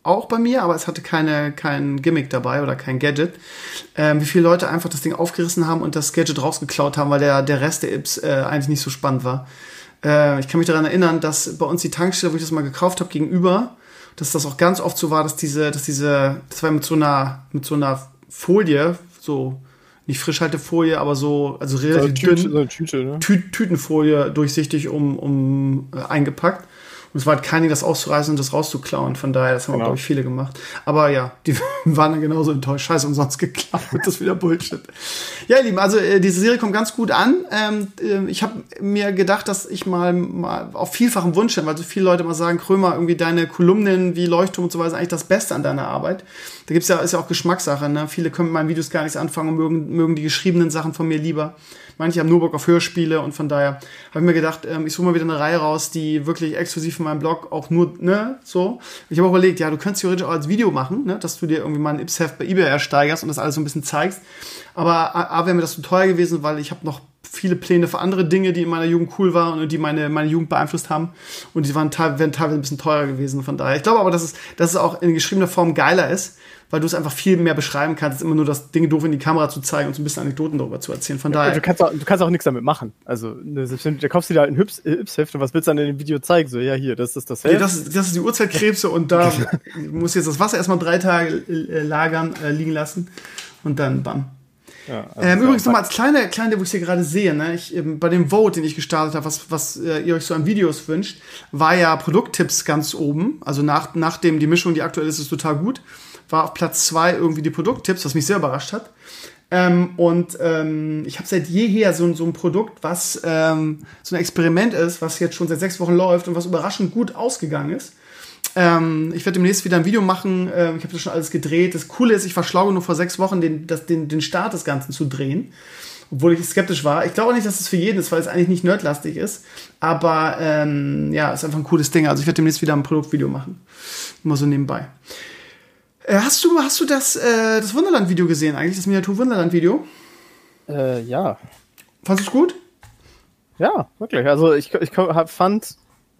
auch bei mir, aber es hatte keine, kein Gimmick dabei oder kein Gadget. Ähm, wie viele Leute einfach das Ding aufgerissen haben und das Gadget rausgeklaut haben, weil der, der Rest der Ips äh, eigentlich nicht so spannend war. Äh, ich kann mich daran erinnern, dass bei uns die Tankstelle, wo ich das mal gekauft habe, gegenüber, dass das auch ganz oft so war, dass diese, dass diese, das war mit so einer, mit so einer Folie, so, nicht Frischhaltefolie, aber so, also relativ so Tüte, dünn, so eine Tüte, ne? Tü- Tütenfolie durchsichtig um, um äh, eingepackt. Und es war halt kein Ding, das auszureißen und das rauszuklauen. Von daher, das haben genau. auch, glaube ich, viele gemacht. Aber ja, die waren dann genauso enttäuscht. Scheiße, umsonst geklaut. Das ist wieder Bullshit. Ja, ihr Lieben, also äh, diese Serie kommt ganz gut an. Ähm, äh, ich habe mir gedacht, dass ich mal, mal auf vielfachem Wunsch hin, weil so viele Leute mal sagen, Krömer, irgendwie deine Kolumnen wie Leuchtturm und so weiter sind eigentlich das Beste an deiner Arbeit. Da gibt's ja, ist ja auch Geschmackssache, ne? Viele können mit meinen Videos gar nichts anfangen und mögen, mögen die geschriebenen Sachen von mir lieber. Manche haben nur Bock auf Hörspiele und von daher habe ich mir gedacht, ähm, ich suche mal wieder eine Reihe raus, die wirklich exklusiv für meinen Blog auch nur, ne, so. Ich habe auch überlegt, ja, du könntest theoretisch auch als Video machen, ne, dass du dir irgendwie mal ein Ips-Heft bei eBay ersteigerst und das alles so ein bisschen zeigst. Aber A, A wäre mir das zu teuer gewesen, weil ich habe noch viele Pläne für andere Dinge, die in meiner Jugend cool waren und die meine, meine Jugend beeinflusst haben. Und die waren teil, wären teilweise ein bisschen teurer gewesen. Von daher. Ich glaube aber, dass es, dass es auch in geschriebener Form geiler ist, weil du es einfach viel mehr beschreiben kannst, immer nur das Ding doof in die Kamera zu zeigen und so ein bisschen Anekdoten darüber zu erzählen. Von daher. Ja, du kannst auch, du kannst auch nichts damit machen. Also, ne, selbst wenn du kaufst dir da ein Ips-Heft und was willst du dann in dem Video zeigen? So, ja, hier, das ist das Heft. Okay, das, das ist die Urzeitkrebse und da muss jetzt das Wasser erstmal drei Tage äh, lagern, äh, liegen lassen und dann bam. Ja, also ähm, übrigens nochmal als kleine, kleine, wo ich es hier gerade sehe, ne, ich, ähm, bei dem Vote, den ich gestartet habe, was, was äh, ihr euch so an Videos wünscht, war ja Produkttipps ganz oben. Also nach, nachdem die Mischung, die aktuell ist, ist total gut, war auf Platz zwei irgendwie die Produkttipps, was mich sehr überrascht hat. Ähm, und ähm, ich habe seit jeher so, so ein Produkt, was ähm, so ein Experiment ist, was jetzt schon seit sechs Wochen läuft und was überraschend gut ausgegangen ist. Ähm, ich werde demnächst wieder ein Video machen. Ähm, ich habe das schon alles gedreht. Das Coole ist, ich war schlau genug vor sechs Wochen, den, das, den, den Start des Ganzen zu drehen. Obwohl ich skeptisch war. Ich glaube auch nicht, dass es für jeden ist, weil es eigentlich nicht nerdlastig ist. Aber ähm, ja, ist einfach ein cooles Ding. Also ich werde demnächst wieder ein Produktvideo machen. Immer so nebenbei. Äh, hast du, hast du das, äh, das Wunderland-Video gesehen eigentlich? Das Miniatur-Wunderland-Video? Äh, ja. Fandest du es gut? Ja, wirklich. Also ich, ich fand...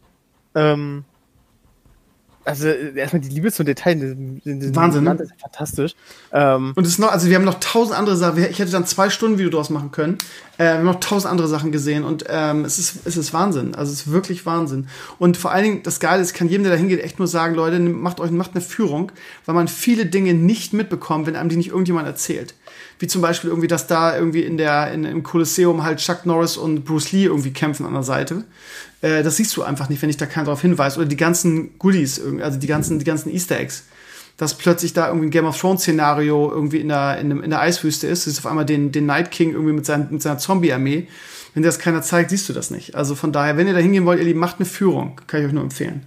Ähm Also erstmal die Liebe zum Detail, den, den, Wahnsinn, ne? Das ist fantastisch. Ähm, und es ist noch, also wir haben noch tausend andere Sachen. Ich hätte dann zwei Stunden Video draus machen können. Äh, wir haben noch tausend andere Sachen gesehen und ähm, es ist, es ist Wahnsinn. Also es ist wirklich Wahnsinn. Und vor allen Dingen das Geile ist, ich kann jedem, der da hingeht, echt nur sagen, Leute, macht euch, macht eine Führung, weil man viele Dinge nicht mitbekommt, wenn einem die nicht irgendjemand erzählt. Wie zum Beispiel irgendwie, dass da irgendwie in der, in, im Kolosseum halt Chuck Norris und Bruce Lee irgendwie kämpfen an der Seite. Äh, das siehst du einfach nicht, wenn ich da keiner darauf hinweise. Oder die ganzen Goodies, also die ganzen, die ganzen Easter Eggs. Dass plötzlich da irgendwie ein Game of Thrones Szenario irgendwie in der, in, in der Eiswüste ist. Du siehst auf einmal den, den Night King irgendwie mit, seinen, mit seiner Zombie-Armee. Wenn dir das keiner zeigt, siehst du das nicht. Also von daher, wenn ihr da hingehen wollt, ihr Lieben, macht eine Führung. Kann ich euch nur empfehlen.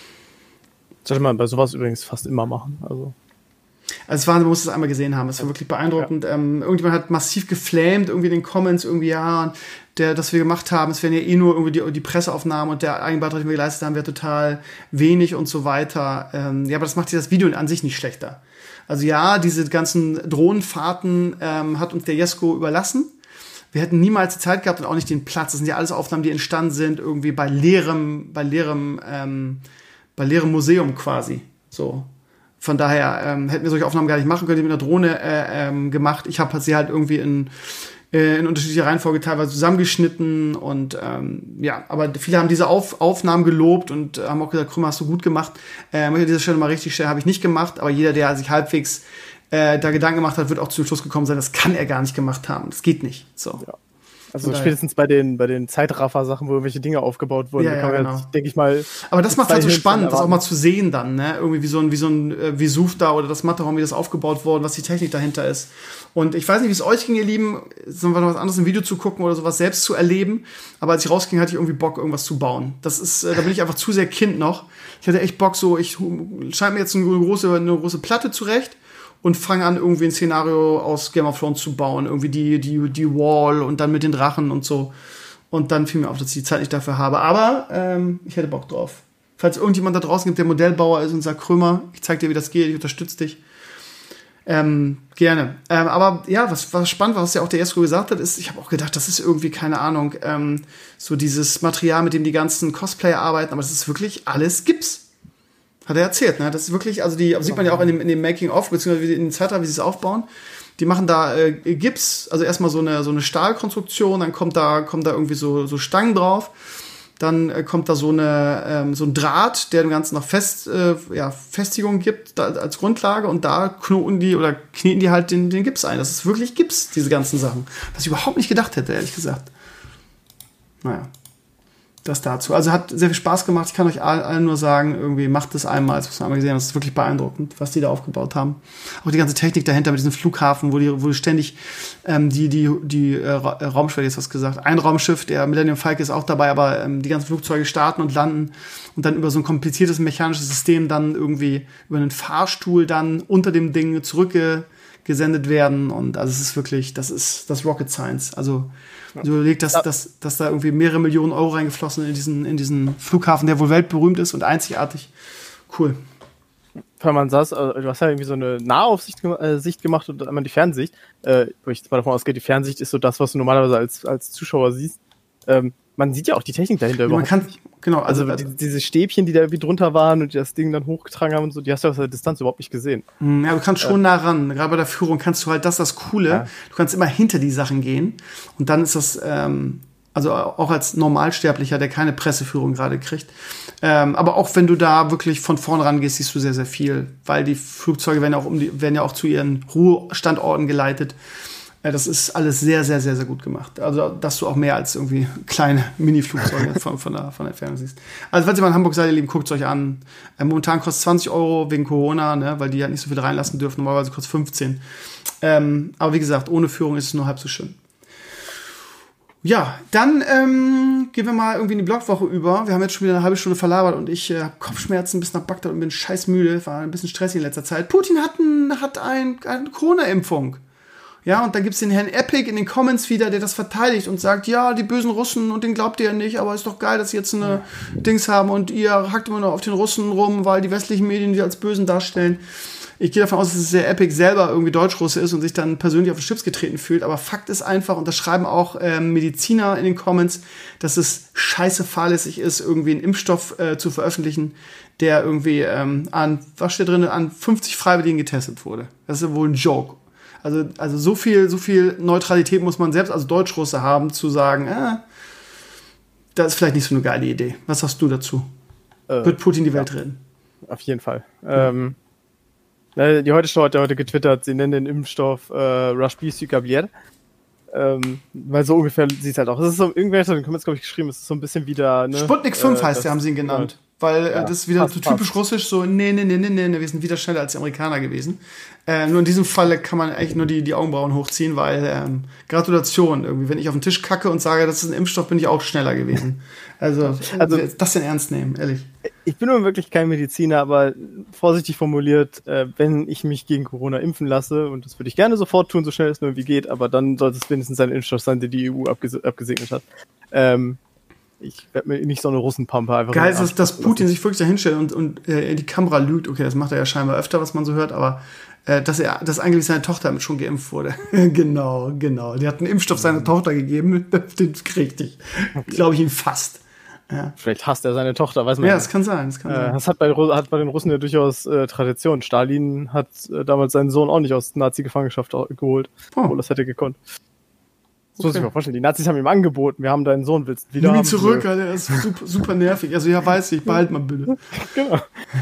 Das sollte man bei sowas übrigens fast immer machen. Also. Also es war, man muss es einmal gesehen haben, es war wirklich beeindruckend. Ja. Ähm, irgendjemand hat massiv geflamed, irgendwie in den Comments, irgendwie, ja, der, das wir gemacht haben, es wären ja eh nur irgendwie die, die Presseaufnahmen und der Eigenbeitrag, den wir geleistet haben, wäre total wenig und so weiter. Ähm, ja, aber das macht ja das Video an sich nicht schlechter. Also ja, diese ganzen Drohnenfahrten ähm, hat uns der Jesko überlassen. Wir hätten niemals die Zeit gehabt und auch nicht den Platz. Das sind ja alles Aufnahmen, die entstanden sind, irgendwie bei leerem, bei leerem, ähm, bei leerem Museum quasi, so. Von daher ähm, hätten wir solche Aufnahmen gar nicht machen können, die mit einer Drohne äh, ähm, gemacht. Ich habe sie halt irgendwie in, äh, in unterschiedlicher Reihenfolge teilweise zusammengeschnitten und ähm, ja, aber viele haben diese Auf- Aufnahmen gelobt und äh, haben auch gesagt, Krümmer, hast du gut gemacht. Äh, möchte an dieser Stelle mal richtig stellen, habe ich nicht gemacht, aber jeder, der sich halbwegs äh, da Gedanken gemacht hat, wird auch zum Schluss gekommen sein, das kann er gar nicht gemacht haben. Das geht nicht. So. Ja. Also spätestens bei den, bei den Zeitraffer-Sachen, wo irgendwelche Dinge aufgebaut wurden, ja, ja, genau. denke ich mal. Aber das macht halt so spannend, das auch mal zu sehen dann, ne? Irgendwie wie so ein, wie so ein äh, Vesuv da oder das Matterhorn, wie das aufgebaut wurde, was die Technik dahinter ist. Und ich weiß nicht, wie es euch ging, ihr Lieben, so was anderes im Video zu gucken oder sowas selbst zu erleben. Aber als ich rausging, hatte ich irgendwie Bock, irgendwas zu bauen. Das ist, äh, da bin ich einfach zu sehr Kind noch. Ich hatte echt Bock, so, ich scheint mir jetzt eine große, eine große Platte zurecht. Und fange an, irgendwie ein Szenario aus Game of Thrones zu bauen. Irgendwie die, die, die Wall und dann mit den Drachen und so. Und dann fiel mir auf, dass ich die Zeit nicht dafür habe. Aber ähm, ich hätte Bock drauf. Falls irgendjemand da draußen gibt, der Modellbauer ist und sagt, Krömer, ich zeig dir, wie das geht, ich unterstütze dich. Ähm, gerne. Ähm, aber ja, was, was spannend war, was ja auch der Jesko gesagt hat, ist, ich habe auch gedacht, das ist irgendwie, keine Ahnung, ähm, so dieses Material, mit dem die ganzen Cosplayer arbeiten, aber das ist wirklich alles Gips. Hat er erzählt, ne? Das ist wirklich, also die sieht man ja auch in dem, in dem Making-of, beziehungsweise in den Zeitraum, wie sie es aufbauen. Die machen da äh, Gips, also erstmal so eine so eine Stahlkonstruktion, dann kommt da kommt da irgendwie so so Stangen drauf, dann äh, kommt da so eine ähm, so ein Draht, der dem Ganzen noch fest äh, ja Festigung gibt da, als Grundlage, und da knoten die oder kneten die halt den den Gips ein. Das ist wirklich Gips, diese ganzen Sachen, was ich überhaupt nicht gedacht hätte, ehrlich gesagt. Naja. Das dazu. Also hat sehr viel Spaß gemacht. Ich kann euch allen nur sagen, irgendwie macht das einmal. Das muss man einmal gesehen haben. Das ist wirklich beeindruckend, was die da aufgebaut haben. Auch die ganze Technik dahinter mit diesem Flughafen, wo die, wo die ständig ähm, die, die, die äh, Raumschiffe, jetzt was gesagt, ein Raumschiff, der Millennium Falcon ist auch dabei, aber ähm, die ganzen Flugzeuge starten und landen und dann über so ein kompliziertes mechanisches System dann irgendwie über einen Fahrstuhl dann unter dem Ding zurückgesendet werden. Und also es ist wirklich, das ist das Rocket Science. Also du überlegst, dass, dass, dass da irgendwie mehrere Millionen Euro reingeflossen in diesen, in diesen Flughafen, der wohl weltberühmt ist und einzigartig. Cool. Weil man saß, also du hast ja irgendwie so eine Nahaufsicht äh, Sicht gemacht und einmal die Fernsicht. Äh, wo ich mal davon ausgehe, die Fernsicht ist so das, was du normalerweise als, als Zuschauer siehst. Ähm, man sieht ja auch die Technik dahinter ja, überhaupt. Man kann, genau, also, also die, diese Stäbchen, die da irgendwie drunter waren und die das Ding dann hochgetragen haben und so, die hast du aus der Distanz überhaupt nicht gesehen. Ja, du kannst schon äh, nah ran. Gerade bei der Führung kannst du halt, das ist das Coole, ja. Du kannst immer hinter die Sachen gehen und dann ist das, ähm, also auch als Normalsterblicher, der keine Presseführung gerade kriegt. Ähm, aber auch wenn du da wirklich von vorn ran gehst, siehst du sehr, sehr viel, weil die Flugzeuge werden ja auch, um die, werden ja auch zu ihren Ruhestandorten geleitet. Das ist alles sehr, sehr, sehr, sehr gut gemacht. Also, dass du auch mehr als irgendwie kleine Mini-Flugzeuge von, von, der, von der Entfernung siehst. Also, falls ihr mal in Hamburg seid, ihr Lieben, guckt es euch an. Äh, momentan kostet es zwanzig Euro wegen Corona, ne, weil die halt nicht so viel reinlassen dürfen. Normalerweise kostet es fünfzehn. Ähm, aber wie gesagt, ohne Führung ist es nur halb so schön. Ja, dann ähm, gehen wir mal irgendwie in die Blogwoche über. Wir haben jetzt schon wieder eine halbe Stunde verlabert und ich äh, habe Kopfschmerzen bis nach Bagdad und bin scheiß müde. War ein bisschen stressig in letzter Zeit. Putin hat, ein, hat ein, eine Corona-Impfung. Ja, und dann gibt's den Herrn Epic in den Comments wieder, der das verteidigt und sagt, ja, die bösen Russen, und den glaubt ihr ja nicht, aber ist doch geil, dass sie jetzt eine ja. Dings haben und ihr hackt immer noch auf den Russen rum, weil die westlichen Medien die als Bösen darstellen. Ich gehe davon aus, dass der Epic selber irgendwie Deutschrusse ist und sich dann persönlich auf den Schlips getreten fühlt, aber Fakt ist einfach, und das schreiben auch ähm, Mediziner in den Comments, dass es scheiße fahrlässig ist, irgendwie einen Impfstoff äh, zu veröffentlichen, der irgendwie ähm, an, was steht drin, an fünfzig Freiwilligen getestet wurde. Das ist ja wohl ein Joke. Also, also so viel, so viel Neutralität muss man selbst als Deutschrusse haben, zu sagen, äh, das ist vielleicht nicht so eine geile Idee. Was sagst du dazu? Äh, Wird Putin die Welt ja, retten? Auf jeden Fall. Ja. Ähm, die Heute-Show hat ja heute getwittert, sie nennen den Impfstoff äh, Rashbi Sugablier. Ähm, weil so ungefähr sieht es halt auch. Es ist so, irgendwer hat in den Comments, glaube ich, geschrieben, es ist so ein bisschen wieder, ne? Sputnik fünf äh, heißt der, haben sie ihn genannt. Ja. Weil ja, äh, das ist wieder passt, so typisch passt. russisch, so nee, nee, nee, nee, nee, wir sind wieder schneller als die Amerikaner gewesen. Äh, nur in diesem Fall kann man eigentlich nur die, die Augenbrauen hochziehen, weil ähm, Gratulation, irgendwie, wenn ich auf den Tisch kacke und sage, das ist ein Impfstoff, bin ich auch schneller gewesen. Also, also das denn ernst nehmen, ehrlich. Ich bin nun wirklich kein Mediziner, aber vorsichtig formuliert, äh, wenn ich mich gegen Corona impfen lasse, und das würde ich gerne sofort tun, so schnell es nur irgendwie geht, aber dann sollte es wenigstens ein Impfstoff sein, den die E U abges- abgesegnet hat. Ähm, Ich werde mir nicht so eine Russenpampe einfach... Geil ist, dass, dass Putin sich wirklich da hinstellt und, und äh, in die Kamera lügt. Okay, das macht er ja scheinbar öfter, was man so hört, aber äh, dass er, dass eigentlich seine Tochter mit schon geimpft wurde. genau, genau. Die hat einen Impfstoff seiner Tochter gegeben, den kriegt ich. Glaube ich ihm fast. Ja. Vielleicht hasst er seine Tochter, weiß man ja. Ja, nicht. das kann sein. Das, kann äh, sein. das hat, bei, hat bei den Russen ja durchaus äh, Tradition. Stalin hat äh, damals seinen Sohn auch nicht aus Nazi-Gefangenschaft geholt, oh. obwohl das hätte gekonnt. Das okay. muss ich mir vorstellen. Die Nazis haben ihm angeboten, wir haben deinen Sohn, willst du wieder Nimm ihn haben? zurück, Alter, der ist super, super nervig. Also ja, weiß ich, behalt mal bitte. Genau.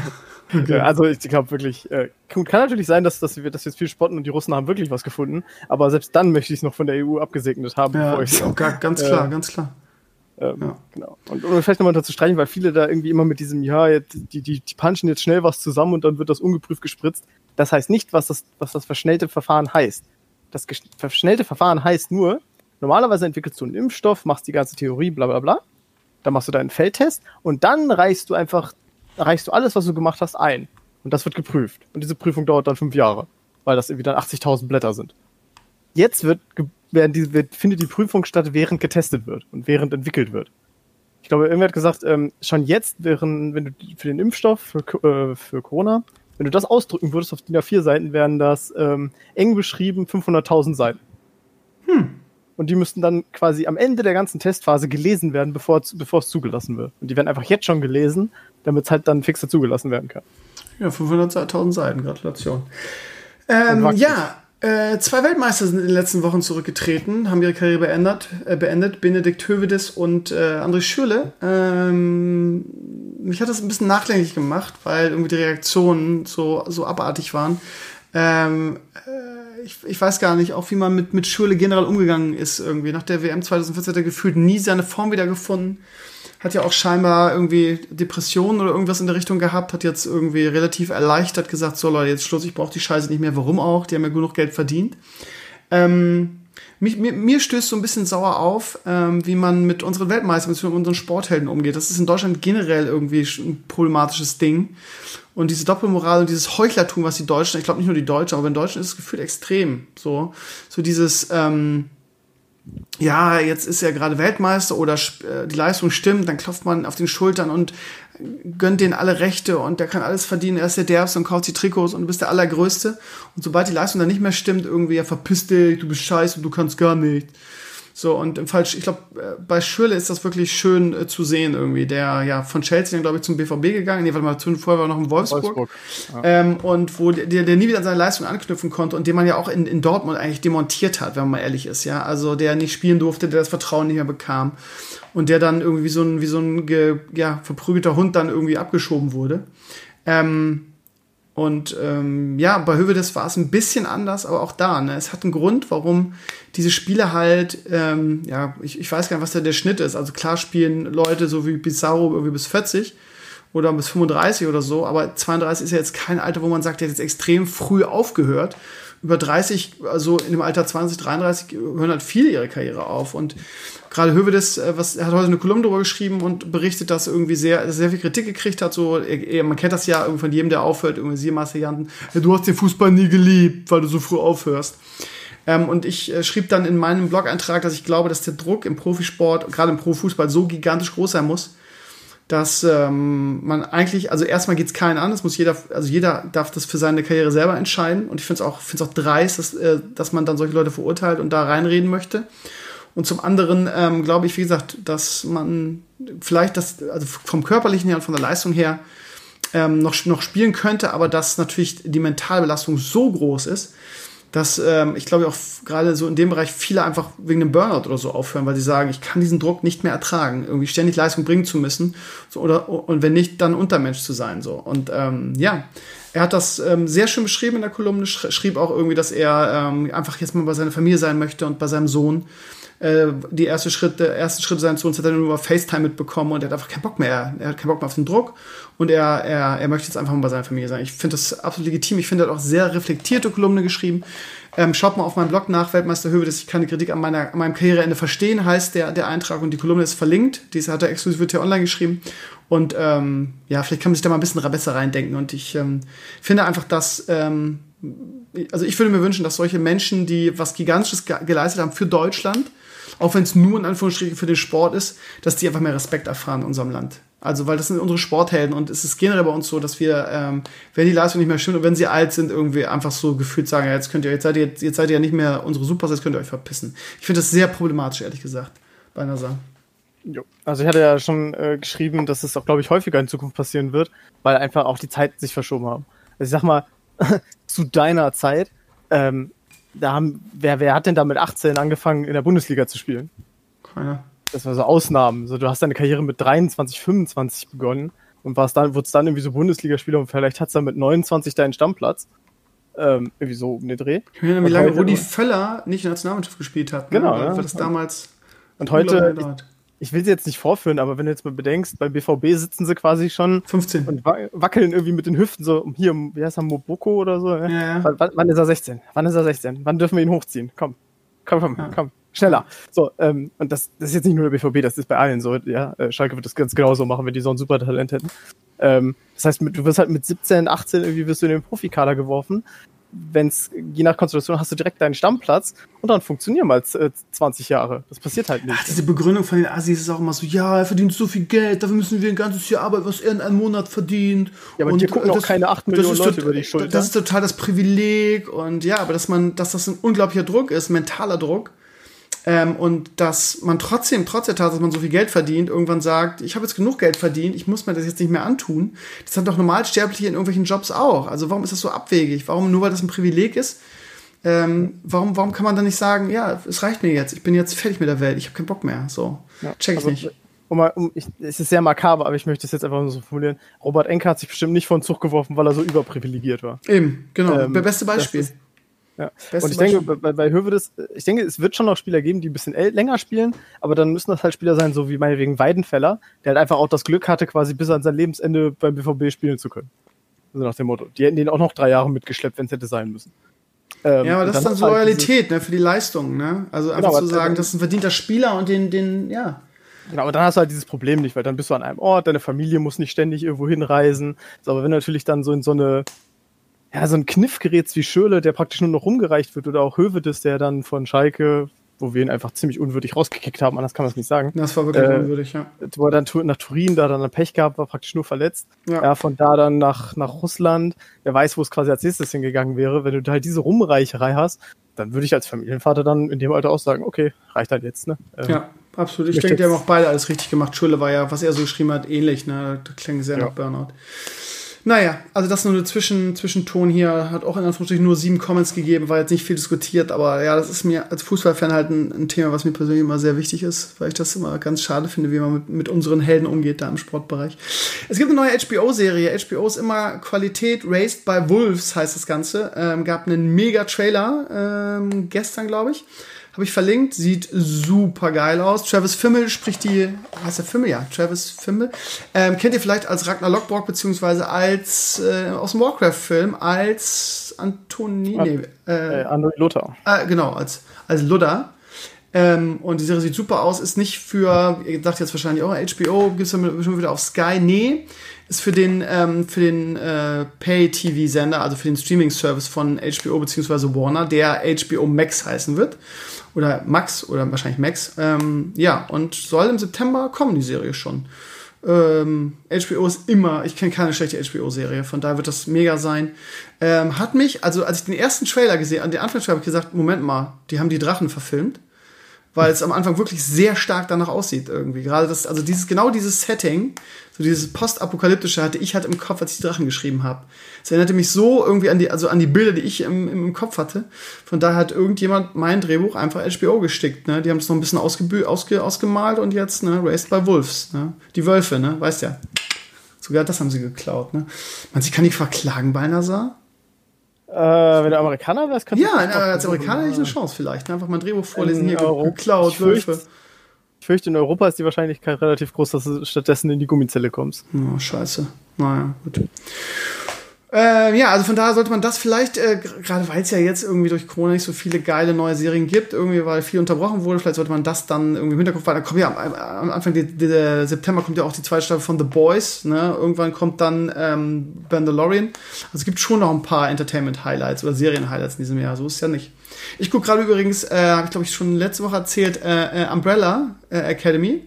Okay. Also ich glaube wirklich, äh, kann natürlich sein, dass, dass wir das jetzt viel spotten und die Russen haben wirklich was gefunden, aber selbst dann möchte ich es noch von der E U abgesegnet haben. Ja, bevor ich auch gar, ganz klar, äh, ganz klar. Ähm, ja. Genau. Und um vielleicht nochmal dazu streichen, weil viele da irgendwie immer mit diesem, ja, jetzt, die, die, die punchen jetzt schnell was zusammen und dann wird das ungeprüft gespritzt. Das heißt nicht, was das, was das verschnellte Verfahren heißt. Das ges- verschnellte Verfahren heißt nur, normalerweise entwickelst du einen Impfstoff, machst die ganze Theorie, bla bla bla, dann machst du deinen Feldtest und dann reichst du einfach, reichst du alles, was du gemacht hast, ein. Und das wird geprüft. Und diese Prüfung dauert dann fünf Jahre, weil das irgendwie dann achtzigtausend Blätter sind. Jetzt wird, werden die, wird, findet die Prüfung statt, während getestet wird und während entwickelt wird. Ich glaube, irgendwer hat gesagt, ähm, schon jetzt wären, wenn du für den Impfstoff, für, äh, für Corona, wenn du das ausdrücken würdest auf D I N A vier Seiten, wären das ähm, eng beschrieben fünfhunderttausend Seiten. Hm. und die müssten dann quasi am Ende der ganzen Testphase gelesen werden, bevor, bevor es zugelassen wird. Und die werden einfach jetzt schon gelesen, damit es halt dann fixer zugelassen werden kann. Ja, fünfhunderttausend Seiten, Gratulation. Ähm, ja, äh, zwei Weltmeister sind in den letzten Wochen zurückgetreten, haben ihre Karriere beendet, äh, beendet Benedikt Höwedes und äh, André Schürrle. Ähm, mich hat das ein bisschen nachdenklich gemacht, weil irgendwie die Reaktionen so, so abartig waren. Ähm, äh, ich, ich weiß gar nicht, auch wie man mit, mit Schürrle generell umgegangen ist irgendwie. Nach der W M zweitausendvierzehn hat er gefühlt nie seine Form wiedergefunden. Hat ja auch scheinbar irgendwie Depressionen oder irgendwas in der Richtung gehabt, hat jetzt irgendwie relativ erleichtert gesagt, so Leute, jetzt Schluss, ich brauche die Scheiße nicht mehr, warum auch, die haben ja genug Geld verdient. Ähm, mich, mir, mir stößt so ein bisschen sauer auf, ähm, wie man mit unseren Weltmeistern, mit unseren Sporthelden umgeht. Das ist in Deutschland generell irgendwie ein problematisches Ding. Und diese Doppelmoral und dieses Heuchlertum, was die Deutschen, ich glaube nicht nur die Deutschen, aber in Deutschland ist es gefühlt extrem. So, so dieses, ähm, ja, jetzt ist er gerade Weltmeister oder äh, die Leistung stimmt, dann klopft man auf den Schultern und gönnt denen alle Rechte und der kann alles verdienen, er ist der Derbste und kauft die Trikots und du bist der Allergrößte. Und sobald die Leistung dann nicht mehr stimmt, irgendwie, ja, verpiss dich, du bist scheiße und du kannst gar nicht. So, und im Fall, ich glaube, bei Schürrle ist das wirklich schön äh, zu sehen irgendwie. Der, ja, von Chelsea dann, glaube ich, zum B V B gegangen. Nee, warte mal, vorher war er noch in Wolfsburg. Wolfsburg. Ja. Ähm, und wo der, der nie wieder an seine Leistung anknüpfen konnte und den man ja auch in, in Dortmund eigentlich demontiert hat, wenn man mal ehrlich ist, ja. Also, der nicht spielen durfte, der das Vertrauen nicht mehr bekam. Und der dann irgendwie wie so ein, wie so ein, ge, ja, verprügelter Hund dann irgendwie abgeschoben wurde. Ähm, Und ähm, ja, bei Höwedes war es ein bisschen anders, aber auch da, ne, es hat einen Grund, warum diese Spiele halt, ähm, ja, ich, ich weiß gar nicht, was da der Schnitt ist. Also klar spielen Leute so wie Pizarro irgendwie bis vierzig oder bis fünfunddreißig oder so, aber zweiunddreißig ist ja jetzt kein Alter, wo man sagt, der hat jetzt extrem früh aufgehört. Über dreißig, also in dem Alter zwanzig, dreiunddreißig, hören halt viele ihre Karriere auf. Und gerade Höwedes, was, er hat heute eine Kolumne darüber geschrieben und berichtet, dass er irgendwie sehr, sehr viel Kritik gekriegt hat. So, er, man kennt das ja irgendwie von jedem, der aufhört, irgendwie sie Janten, ja, du hast den Fußball nie geliebt, weil du so früh aufhörst. Ähm, und ich äh, schrieb dann in meinem Blog-Eintrag, dass ich glaube, dass der Druck im Profisport, gerade im Profifußball, so gigantisch groß sein muss, dass ähm, man eigentlich, also erstmal geht's keinen an, es muss jeder, also jeder darf das für seine Karriere selber entscheiden und ich finde es auch, finde es auch dreist, dass, äh, dass man dann solche Leute verurteilt und da reinreden möchte. Und zum anderen ähm, glaube ich, wie gesagt, dass man vielleicht das, also vom Körperlichen her und von der Leistung her ähm, noch, noch spielen könnte, aber dass natürlich die Mentalbelastung so groß ist, dass ähm, ich glaube auch gerade so in dem Bereich viele einfach wegen einem Burnout oder so aufhören, weil sie sagen, ich kann diesen Druck nicht mehr ertragen, irgendwie ständig Leistung bringen zu müssen, so, oder und wenn nicht, dann Untermensch zu sein, so. Und ähm, ja, er hat das ähm, sehr schön beschrieben in der Kolumne, sch- schrieb auch irgendwie, dass er ähm, einfach jetzt mal bei seiner Familie sein möchte und bei seinem Sohn. Äh, die erste Schritte, ersten Schritte seines Sohns hat er nur über FaceTime mitbekommen und er hat einfach keinen Bock mehr. Er hat keinen Bock mehr auf den Druck und er, er, er möchte jetzt einfach mal bei seiner Familie sein. Ich finde das absolut legitim. Ich finde, er hat auch sehr reflektierte Kolumne geschrieben. Ähm, schaut mal auf meinem Blog nach, Weltmeister Höwedes, ich kann die Kritik an, meiner, an meinem Karriereende verstehen, heißt der, der Eintrag und die Kolumne ist verlinkt. Diese hat er exklusiv für T Online geschrieben. Und ähm, ja, vielleicht kann man sich da mal ein bisschen besser reindenken. Und ich ähm, finde einfach, dass ähm, also ich würde mir wünschen, dass solche Menschen, die was Gigantisches ge- geleistet haben für Deutschland, auch wenn es nur in Anführungsstrichen für den Sport ist, dass die einfach mehr Respekt erfahren in unserem Land. Also, weil das sind unsere Sporthelden und es ist generell bei uns so, dass wir, ähm, wenn die Leistung nicht mehr stimmt und wenn sie alt sind, irgendwie einfach so gefühlt sagen, ja, jetzt könnt ihr, jetzt seid ihr, jetzt, jetzt seid ihr ja nicht mehr unsere Supers, jetzt könnt ihr euch verpissen. Ich finde das sehr problematisch, ehrlich gesagt, bei einer Sache. Jo. Also ich hatte ja schon äh, geschrieben, dass es auch, glaube ich, häufiger in Zukunft passieren wird, weil einfach auch die Zeiten sich verschoben haben. Also ich sag mal, zu deiner Zeit, ähm, da haben, wer, wer hat denn da mit achtzehn angefangen, in der Bundesliga zu spielen? Keiner. Das war so Ausnahmen. So, du hast deine Karriere mit dreiundzwanzig, fünfundzwanzig begonnen und warst dann, wurdest dann irgendwie so Bundesligaspieler und vielleicht hat's dann mit neunundzwanzig deinen Stammplatz. Ähm, irgendwie so um den Dreh. Ich meine, wie lange Rudi Völler nicht in der Nationalmannschaft gespielt hat. Ne? Genau. Weil Ja. das damals. Und heute, ich, ich will sie jetzt nicht vorführen, aber wenn du jetzt mal bedenkst, beim B V B sitzen sie quasi schon fünfzehn und wackeln irgendwie mit den Hüften so, hier, wie heißt er, Moboko oder so. Ne? Ja, ja. W- wann ist er sechzehn? Wann ist er sechzehn? Wann dürfen wir ihn hochziehen? Komm, komm, komm, Ja. komm. Schneller. So, ähm, und das, das ist jetzt nicht nur der B V B, das ist bei allen so. Ja, äh, Schalke wird das ganz genauso machen, wenn die so ein super Talent hätten. Ähm, das heißt, mit, du wirst halt mit siebzehn, achtzehn irgendwie wirst du in den Profikader geworfen. Wenn's, je nach Konstellation hast du direkt deinen Stammplatz und dann funktionieren mal äh, zwanzig Jahre. Das passiert halt nicht. Ach, diese Begründung von den Assis ist auch immer so, ja, er verdient so viel Geld, dafür müssen wir ein ganzes Jahr arbeiten, was er in einem Monat verdient. Ja, aber und hier gucken auch keine acht Millionen Leute über die Schulter. Das ist total das Privileg und ja, aber dass man, dass das ein unglaublicher Druck ist, mentaler Druck, Ähm, und dass man trotzdem, trotz der Tatsache, dass man so viel Geld verdient, irgendwann sagt, ich habe jetzt genug Geld verdient, ich muss mir das jetzt nicht mehr antun. Das haben doch Normalsterbliche in irgendwelchen Jobs auch. Also warum ist das so abwegig? Warum, nur weil das ein Privileg ist, ähm, warum, warum kann man dann nicht sagen, ja, es reicht mir jetzt, ich bin jetzt fertig mit der Welt, ich habe keinen Bock mehr. So, ja, check ich also, nicht. Um, um, ich, es ist sehr makaber, aber ich möchte es jetzt einfach so formulieren. Robert Enke hat sich bestimmt nicht vor den Zug geworfen, weil er so überprivilegiert war. Eben, genau. Ähm, beste Beispiel. Ist, ja. Und ich denke, bei, bei Hövedes, ich denke, es wird schon noch Spieler geben, die ein bisschen länger spielen, aber dann müssen das halt Spieler sein, so wie meinetwegen Weidenfeller, der halt einfach auch das Glück hatte, quasi bis an sein Lebensende beim B V B spielen zu können. Also nach dem Motto. Die hätten den auch noch drei Jahre mitgeschleppt, wenn es hätte sein müssen. Ähm, ja, aber das ist dann so halt Loyalität, ne, für die Leistung, ne? Also einfach genau, zu sagen, das ist ein verdienter Spieler und den, den, ja. Genau, aber dann hast du halt dieses Problem nicht, weil dann bist du an einem Ort, deine Familie muss nicht ständig irgendwo hinreisen. So, aber wenn du natürlich dann so in so eine, ja, so ein Kniff gerätst wie Schürrle, der praktisch nur noch rumgereicht wird, oder auch Hövedes, der dann von Schalke, wo wir ihn einfach ziemlich unwürdig rausgekickt haben, anders kann man es nicht sagen. Das war wirklich äh, unwürdig, ja. Wo er dann nach Turin da dann ein Pech gehabt, war praktisch nur verletzt. Ja, ja von da dann nach, nach Russland. Wer weiß, wo es quasi als nächstes hingegangen wäre. Wenn du halt diese Rumreicherei hast, dann würde ich als Familienvater dann in dem Alter auch sagen, okay, reicht halt jetzt, ne? Ähm, ja. Absolut. Ich denke, die haben auch beide alles richtig gemacht. Schürrle war ja, was er so geschrieben hat, ähnlich. Ne? Das klingt sehr ja. nach Burnout. Naja, also das nur eine Zwischen, Zwischenton hier. Hat auch in Anführungsstrichen nur sieben Comments gegeben, war jetzt nicht viel diskutiert. Aber ja, das ist mir als Fußballfan halt ein, ein Thema, was mir persönlich immer sehr wichtig ist, weil ich das immer ganz schade finde, wie man mit, mit unseren Helden umgeht da im Sportbereich. Es gibt eine neue H B O-Serie. H B O ist immer Qualität raised by Wolves, heißt das Ganze. Ähm, gab einen Mega-Trailer ähm, gestern, glaube ich. Habe ich verlinkt, sieht super geil aus. Travis Fimmel spricht die, heißt der Fimmel? Ja, Travis Fimmel. Ähm, kennt ihr vielleicht als Ragnar Lothbrok, beziehungsweise als, äh, aus dem Warcraft-Film, als Antonini. Äh, äh, André Lothar. Äh, genau, als, als Ludder. Ähm, und die Serie sieht super aus, ist nicht für, ihr dacht jetzt wahrscheinlich auch, H B O, gibt's dann schon wieder auf Sky. Nee, ist für den, ähm, für den äh, Pay-T V-Sender, also für den Streaming-Service von H B O bzw. Warner, der H B O Max heißen wird. Oder Max, oder wahrscheinlich Max. Ähm, ja, und soll im September kommen, die Serie schon. Ähm, H B O ist immer, ich kenne keine schlechte H B O-Serie, von daher wird das mega sein. Ähm, hat mich, also als ich den ersten Trailer gesehen, an den Anfangstrailer habe ich gesagt, Moment mal, die haben die Drachen verfilmt. Weil es am Anfang wirklich sehr stark danach aussieht irgendwie. Gerade das, also dieses, genau dieses Setting, so dieses Postapokalyptische hatte ich halt im Kopf, als ich die Drachen geschrieben habe. Es erinnerte mich so irgendwie an die, also an die Bilder, die ich im, im, im Kopf hatte. Von daher hat irgendjemand mein Drehbuch einfach H B O gestickt, ne? Die haben es noch ein bisschen ausge, ausge, ausgemalt und jetzt, ne, Raised by Wolves, ne? Die Wölfe, ne? Weißt ja. Sogar das haben sie geklaut, ne? Man, sie kann nicht verklagen bei Nazar. Äh, wenn du Amerikaner wärst, kannst du... Ja, als Amerikaner hätte ich eine Chance vielleicht. Einfach mal ein Drehbuch vorlesen, hier geklaut, Wölfe. Ich fürchte, in Europa ist die Wahrscheinlichkeit relativ groß, dass du stattdessen in die Gummizelle kommst. Oh, scheiße. Naja, gut. Äh, ja, also von daher sollte man das vielleicht, äh, gerade weil es ja jetzt irgendwie durch Corona nicht so viele geile neue Serien gibt, irgendwie, weil viel unterbrochen wurde, vielleicht sollte man das dann irgendwie im Hinterkopf halten. Da kommt ja am, am Anfang die, die, der September kommt ja auch die zweite Staffel von The Boys, ne? Irgendwann kommt dann ähm, Mandalorian. Also es gibt schon noch ein paar Entertainment-Highlights oder Serien-Highlights in diesem Jahr, so ist es ja nicht. Ich gucke gerade übrigens, äh, habe ich glaube ich schon letzte Woche erzählt, äh, äh, Umbrella äh, Academy.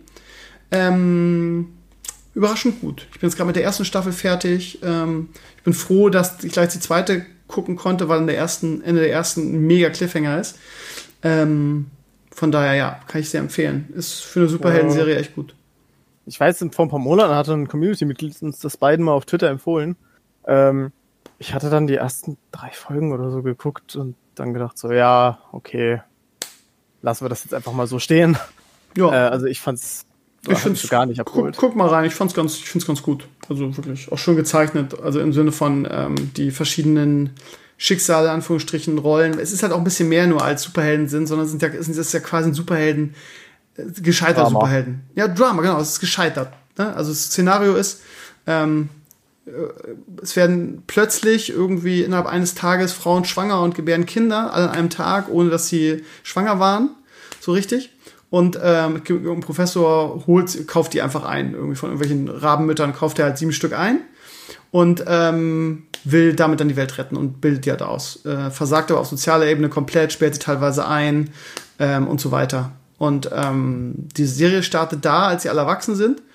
Ähm, überraschend gut. Ich bin jetzt gerade mit der ersten Staffel fertig. Ähm, ich bin froh, dass ich gleich die zweite gucken konnte, weil in der ersten, Ende der ersten ein mega Cliffhanger ist. Ähm, von daher, ja, kann ich sehr empfehlen. Ist für eine Superhelden-Serie echt gut. Ich weiß, vor ein paar Monaten hatte ein Community-Mitglied uns das beiden mal auf Twitter empfohlen. Ähm, ich hatte dann die ersten drei Folgen oder so geguckt und dann gedacht so, ja, okay, lassen wir das jetzt einfach mal so stehen. Ja. Äh, also ich fand's Ich finde es gar nicht abgeholt. Guck, guck mal rein, ich fand's ganz, ich find's ganz gut. Also wirklich auch schön gezeichnet. Also im Sinne von ähm, die verschiedenen Schicksale, Anführungsstrichen, Rollen. Es ist halt auch ein bisschen mehr nur als Superhelden sind, sondern es sind ja, es ist ja quasi ein Superhelden, äh, gescheiterte Drama. Superhelden. Ja, Drama, genau, es ist gescheitert. Ne? Also das Szenario ist, ähm, äh, es werden plötzlich irgendwie innerhalb eines Tages Frauen schwanger und gebären Kinder, alle an einem Tag, ohne dass sie schwanger waren. So richtig. Und ähm, ein Professor holt, kauft die einfach ein. Irgendwie von irgendwelchen Rabenmüttern kauft er halt sieben Stück ein und ähm, will damit dann die Welt retten und bildet die halt aus. Äh, versagt aber auf sozialer Ebene komplett, sperrt sie teilweise ein ähm, und so weiter. Und ähm, die Serie startet da, als sie alle erwachsen sind.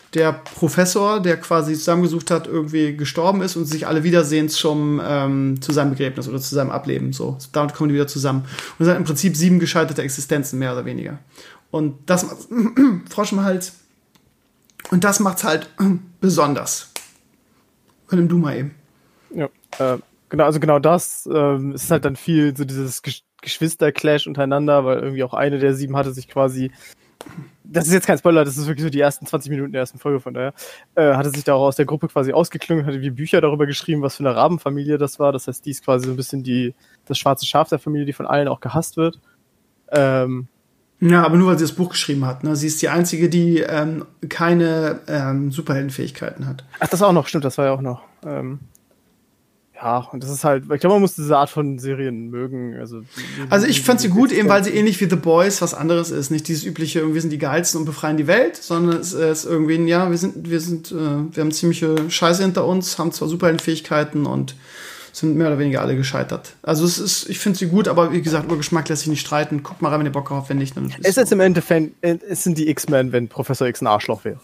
der Professor, der quasi zusammengesucht hat, irgendwie gestorben ist und sich alle wiedersehen zum, ähm, zu seinem Begräbnis oder zu seinem Ableben. So, damit kommen die wieder zusammen. Und es sind im Prinzip sieben gescheiterte Existenzen, mehr oder weniger. Und das Frosch im Hals. Und das macht's halt besonders. Übernimm du mal eben. Ja, äh, genau, also genau das ähm, ist halt dann viel so dieses Gesch- Geschwister-Clash untereinander, weil irgendwie auch eine der sieben hatte sich quasi, das ist jetzt kein Spoiler, das ist wirklich so die ersten zwanzig Minuten der ersten Folge, von daher, äh, hatte sich da auch aus der Gruppe quasi ausgeklungen, hatte wie Bücher darüber geschrieben, was für eine Rabenfamilie das war. Das heißt, die ist quasi so ein bisschen die, das schwarze Schaf der Familie, die von allen auch gehasst wird. Ähm, Ja, aber nur weil sie das Buch geschrieben hat. Ne? Sie ist die Einzige, die ähm, keine ähm, Superheldenfähigkeiten hat. Ach, das auch noch, stimmt, das war ja auch noch. Ähm, ja, und das ist halt, ich glaube, man muss diese Art von Serien mögen. Also, also ich fand sie gut, eben weil sie ähnlich wie The Boys was anderes ist. Nicht dieses übliche, wir sind die Geilsten und befreien die Welt, sondern es ist irgendwie, ein, ja, wir sind, wir sind, äh, wir haben ziemliche Scheiße hinter uns, haben zwar Superheldenfähigkeiten und sind mehr oder weniger alle gescheitert. Also es ist, ich finde sie gut, aber wie gesagt, über Geschmack lässt sich nicht streiten. Guckt mal rein, wenn ihr Bock drauf habt, wenn nicht, dann ist es. Es ist im Endeffekt, es sind die X-Men, wenn Professor X ein Arschloch wäre.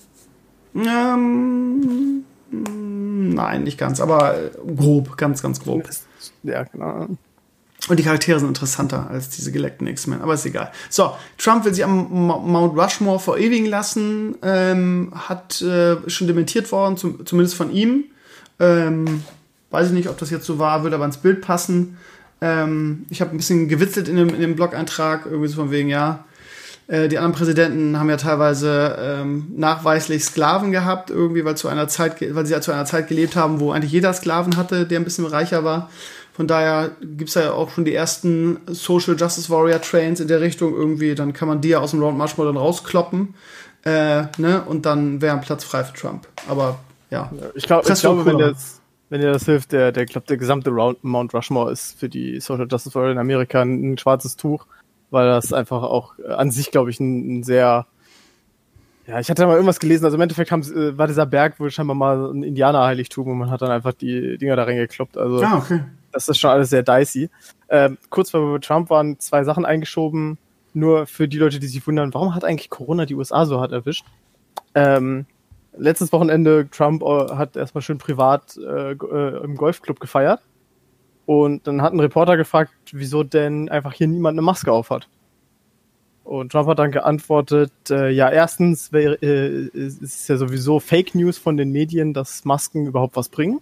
Ähm, nein, nicht ganz, aber grob, ganz, ganz grob. Ja, genau. Und die Charaktere sind interessanter als diese geleckten X-Men, aber ist egal. So, Trump will sie am Mount Rushmore verewigen lassen, ähm, hat äh, schon dementiert worden, zum, zumindest von ihm. Ähm, Weiß ich nicht, ob das jetzt so war, würde aber ins Bild passen. Ähm, ich habe ein bisschen gewitzelt in dem, in dem Blog-Eintrag, irgendwie so von wegen, ja, äh, die anderen Präsidenten haben ja teilweise ähm, nachweislich Sklaven gehabt, irgendwie, weil, zu einer Zeit, weil sie ja zu einer Zeit gelebt haben, wo eigentlich jeder Sklaven hatte, der ein bisschen reicher war. Von daher gibt's ja auch schon die ersten Social Justice Warrior Trains in der Richtung irgendwie, dann kann man die ja aus dem Mount Rushmore dann rauskloppen, äh, ne, und dann wäre ein Platz frei für Trump. Aber, ja. ja ich, glaub, ich glaube, wenn jetzt Wenn dir das hilft, der, der glaubt, der gesamte Round Mount Rushmore ist für die Social Justice Warrior in Amerika ein, ein schwarzes Tuch, weil das einfach auch an sich, glaube ich, ein, ein sehr, ja, ich hatte da mal irgendwas gelesen, also im Endeffekt haben, war dieser Berg wohl scheinbar mal ein Indianerheiligtum und man hat dann einfach die Dinger da reingekloppt, also ah, okay. Das ist schon alles sehr dicey. Ähm, kurz vor Trump waren zwei Sachen eingeschoben, nur für die Leute, die sich wundern, warum hat eigentlich Corona die U S A so hart erwischt? Ähm, Letztes Wochenende, Trump äh, hat erstmal schön privat äh, äh, im Golfclub gefeiert. Und dann hat ein Reporter gefragt, wieso denn einfach hier niemand eine Maske auf hat. Und Trump hat dann geantwortet, äh, ja, erstens wär, äh, ist es ja sowieso Fake News von den Medien, dass Masken überhaupt was bringen.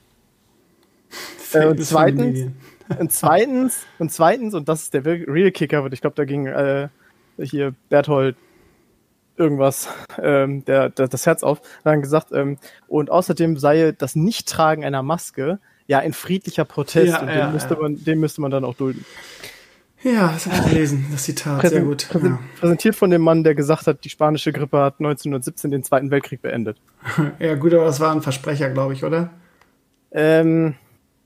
Äh, und, zweitens, und zweitens, und zweitens, und das ist der Real Kicker, und ich glaube, da ging äh, hier Berthold irgendwas, ähm, der, der, das Herz auf, dann gesagt, ähm, und außerdem sei das Nichttragen einer Maske ja ein friedlicher Protest, ja, und ja, den, müsste ja. man, den müsste man dann auch dulden. Ja, das habe ich gelesen, das Zitat, Präsent, sehr gut. Präsent, ja. Präsentiert von dem Mann, der gesagt hat, die spanische Grippe hat neunzehnhundertsiebzehn den Zweiten Weltkrieg beendet. Ja gut, aber das war ein Versprecher, glaube ich, oder? Ähm,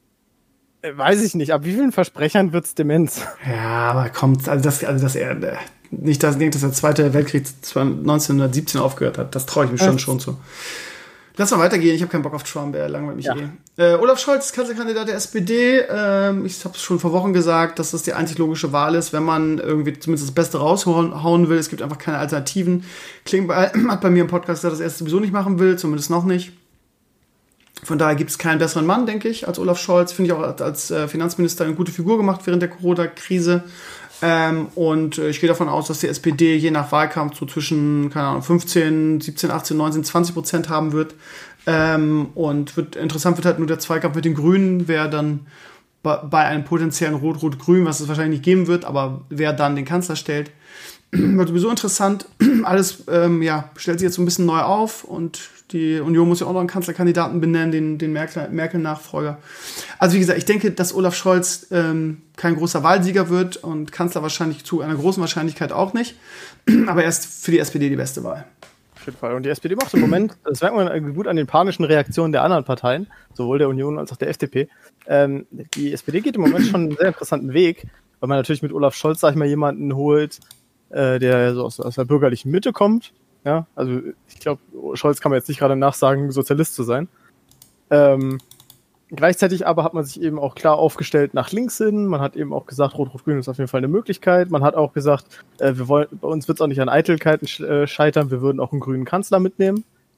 weiß ich nicht, ab wie vielen Versprechern wird's Demenz? Ja, aber kommt, also das, also dass er, nicht das Ding, dass der Zweite Weltkrieg neunzehnhundertsiebzehn aufgehört hat, das traue ich mir schon, ja. schon zu. Lass mal weitergehen, ich habe keinen Bock auf Trump, er langweilt mich ja. eh. Äh, Olaf Scholz, Kanzlerkandidat der S P D, ähm, ich habe es schon vor Wochen gesagt, dass das die einzig logische Wahl ist, wenn man irgendwie zumindest das Beste raushauen will. Es gibt einfach keine Alternativen. Klingbeil hat bei mir im Podcast gesagt, dass er es sowieso nicht machen will, zumindest noch nicht. Von daher gibt es keinen besseren Mann, denke ich, als Olaf Scholz. Finde ich auch als äh, Finanzminister eine gute Figur gemacht während der Corona-Krise. Ähm, und äh, ich gehe davon aus, dass die S P D je nach Wahlkampf so zwischen, keine Ahnung, fünfzehn, siebzehn, achtzehn, neunzehn, zwanzig Prozent haben wird. Ähm, und wird, interessant wird halt nur der Zweikampf mit den Grünen, wer dann bei, bei einem potenziellen Rot-Rot-Grün, was es wahrscheinlich nicht geben wird, aber wer dann den Kanzler stellt, wird sowieso interessant. Alles ähm, ja, stellt sich jetzt so ein bisschen neu auf und die Union muss ja auch noch einen Kanzlerkandidaten benennen, den, den Merkel-Nachfolger. Also wie gesagt, ich denke, dass Olaf Scholz ähm, kein großer Wahlsieger wird und Kanzler wahrscheinlich zu einer großen Wahrscheinlichkeit auch nicht. Aber er ist für die S P D die beste Wahl. Auf jeden Fall. Und die S P D macht im Moment, das merkt man gut an den panischen Reaktionen der anderen Parteien, sowohl der Union als auch der F D P. Ähm, die S P D geht im Moment schon einen sehr interessanten Weg, weil man natürlich mit Olaf Scholz, sag ich mal, jemanden holt, äh, der so aus, aus der bürgerlichen Mitte kommt. Ja, also ich glaube, Scholz kann man jetzt nicht gerade nachsagen, Sozialist zu sein. Ähm, gleichzeitig aber hat man sich eben auch klar aufgestellt nach links hin. Man hat eben auch gesagt, Rot-Rot-Grün ist auf jeden Fall eine Möglichkeit. Man hat auch gesagt, äh, wir wollen, bei uns wird es auch nicht an Eitelkeiten sch- äh, scheitern. Wir würden auch einen grünen Kanzler mitnehmen.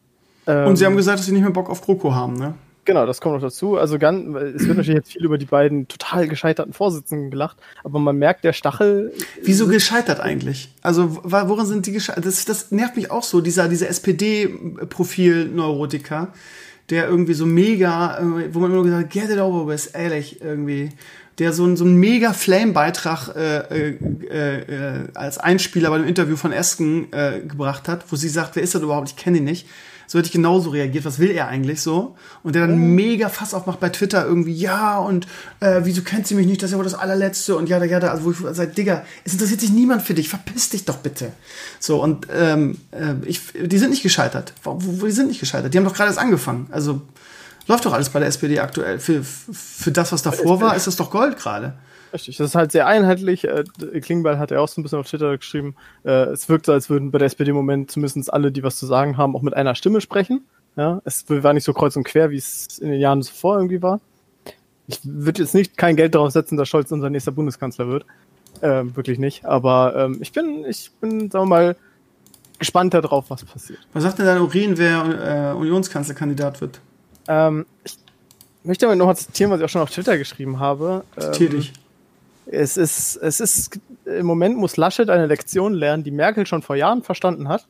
Ähm, und sie haben gesagt, dass sie nicht mehr Bock auf GroKo haben, ne? Genau, das kommt noch dazu. Also ganz, es wird natürlich jetzt viel über die beiden total gescheiterten Vorsitzenden gelacht, aber man merkt, der Stachel... Wieso gescheitert eigentlich? Also woran sind die gescheitert? Das, das nervt mich auch so, dieser, dieser S P D-Profil-Neurotiker, der irgendwie so mega, wo man immer gesagt hat, get it over with, ehrlich, irgendwie... der so, so einen mega Flame-Beitrag äh, äh, äh, als Einspieler bei dem Interview von Esken äh, gebracht hat, wo sie sagt, wer ist das überhaupt, ich kenne ihn nicht. So hätte ich genauso reagiert, was will er eigentlich so? Und der dann mhm. mega Fass aufmacht bei Twitter irgendwie, ja, und äh, wieso kennt sie mich nicht, das ist ja wohl das allerletzte und ja, ja, ja, also wo ich sage, Digga, es interessiert sich niemand für dich, verpiss dich doch bitte. So, und ähm, äh, ich, die sind nicht gescheitert. Wo, wo, die sind nicht gescheitert? Die haben doch gerade erst angefangen. Also läuft doch alles bei der S P D aktuell. Für, für das, was davor war, ist das doch Gold gerade. Richtig, das ist halt sehr einheitlich. Klingbeil hat ja auch so ein bisschen auf Twitter geschrieben, es wirkt so, als würden bei der S P D im Moment zumindest alle, die was zu sagen haben, auch mit einer Stimme sprechen. Ja, es war nicht so kreuz und quer, wie es in den Jahren zuvor irgendwie war. Ich würde jetzt nicht kein Geld darauf setzen, dass Scholz unser nächster Bundeskanzler wird. Ähm, wirklich nicht. Aber ähm, ich bin, ich bin, sagen wir mal, gespannt darauf, was passiert. Was sagt denn dein Urin, wer äh, Unionskanzlerkandidat wird? Ähm, ich möchte aber noch mal zitieren, was ich auch schon auf Twitter geschrieben habe. Zitier dich. Es ist, es ist, im Moment muss Laschet eine Lektion lernen, die Merkel schon vor Jahren verstanden hat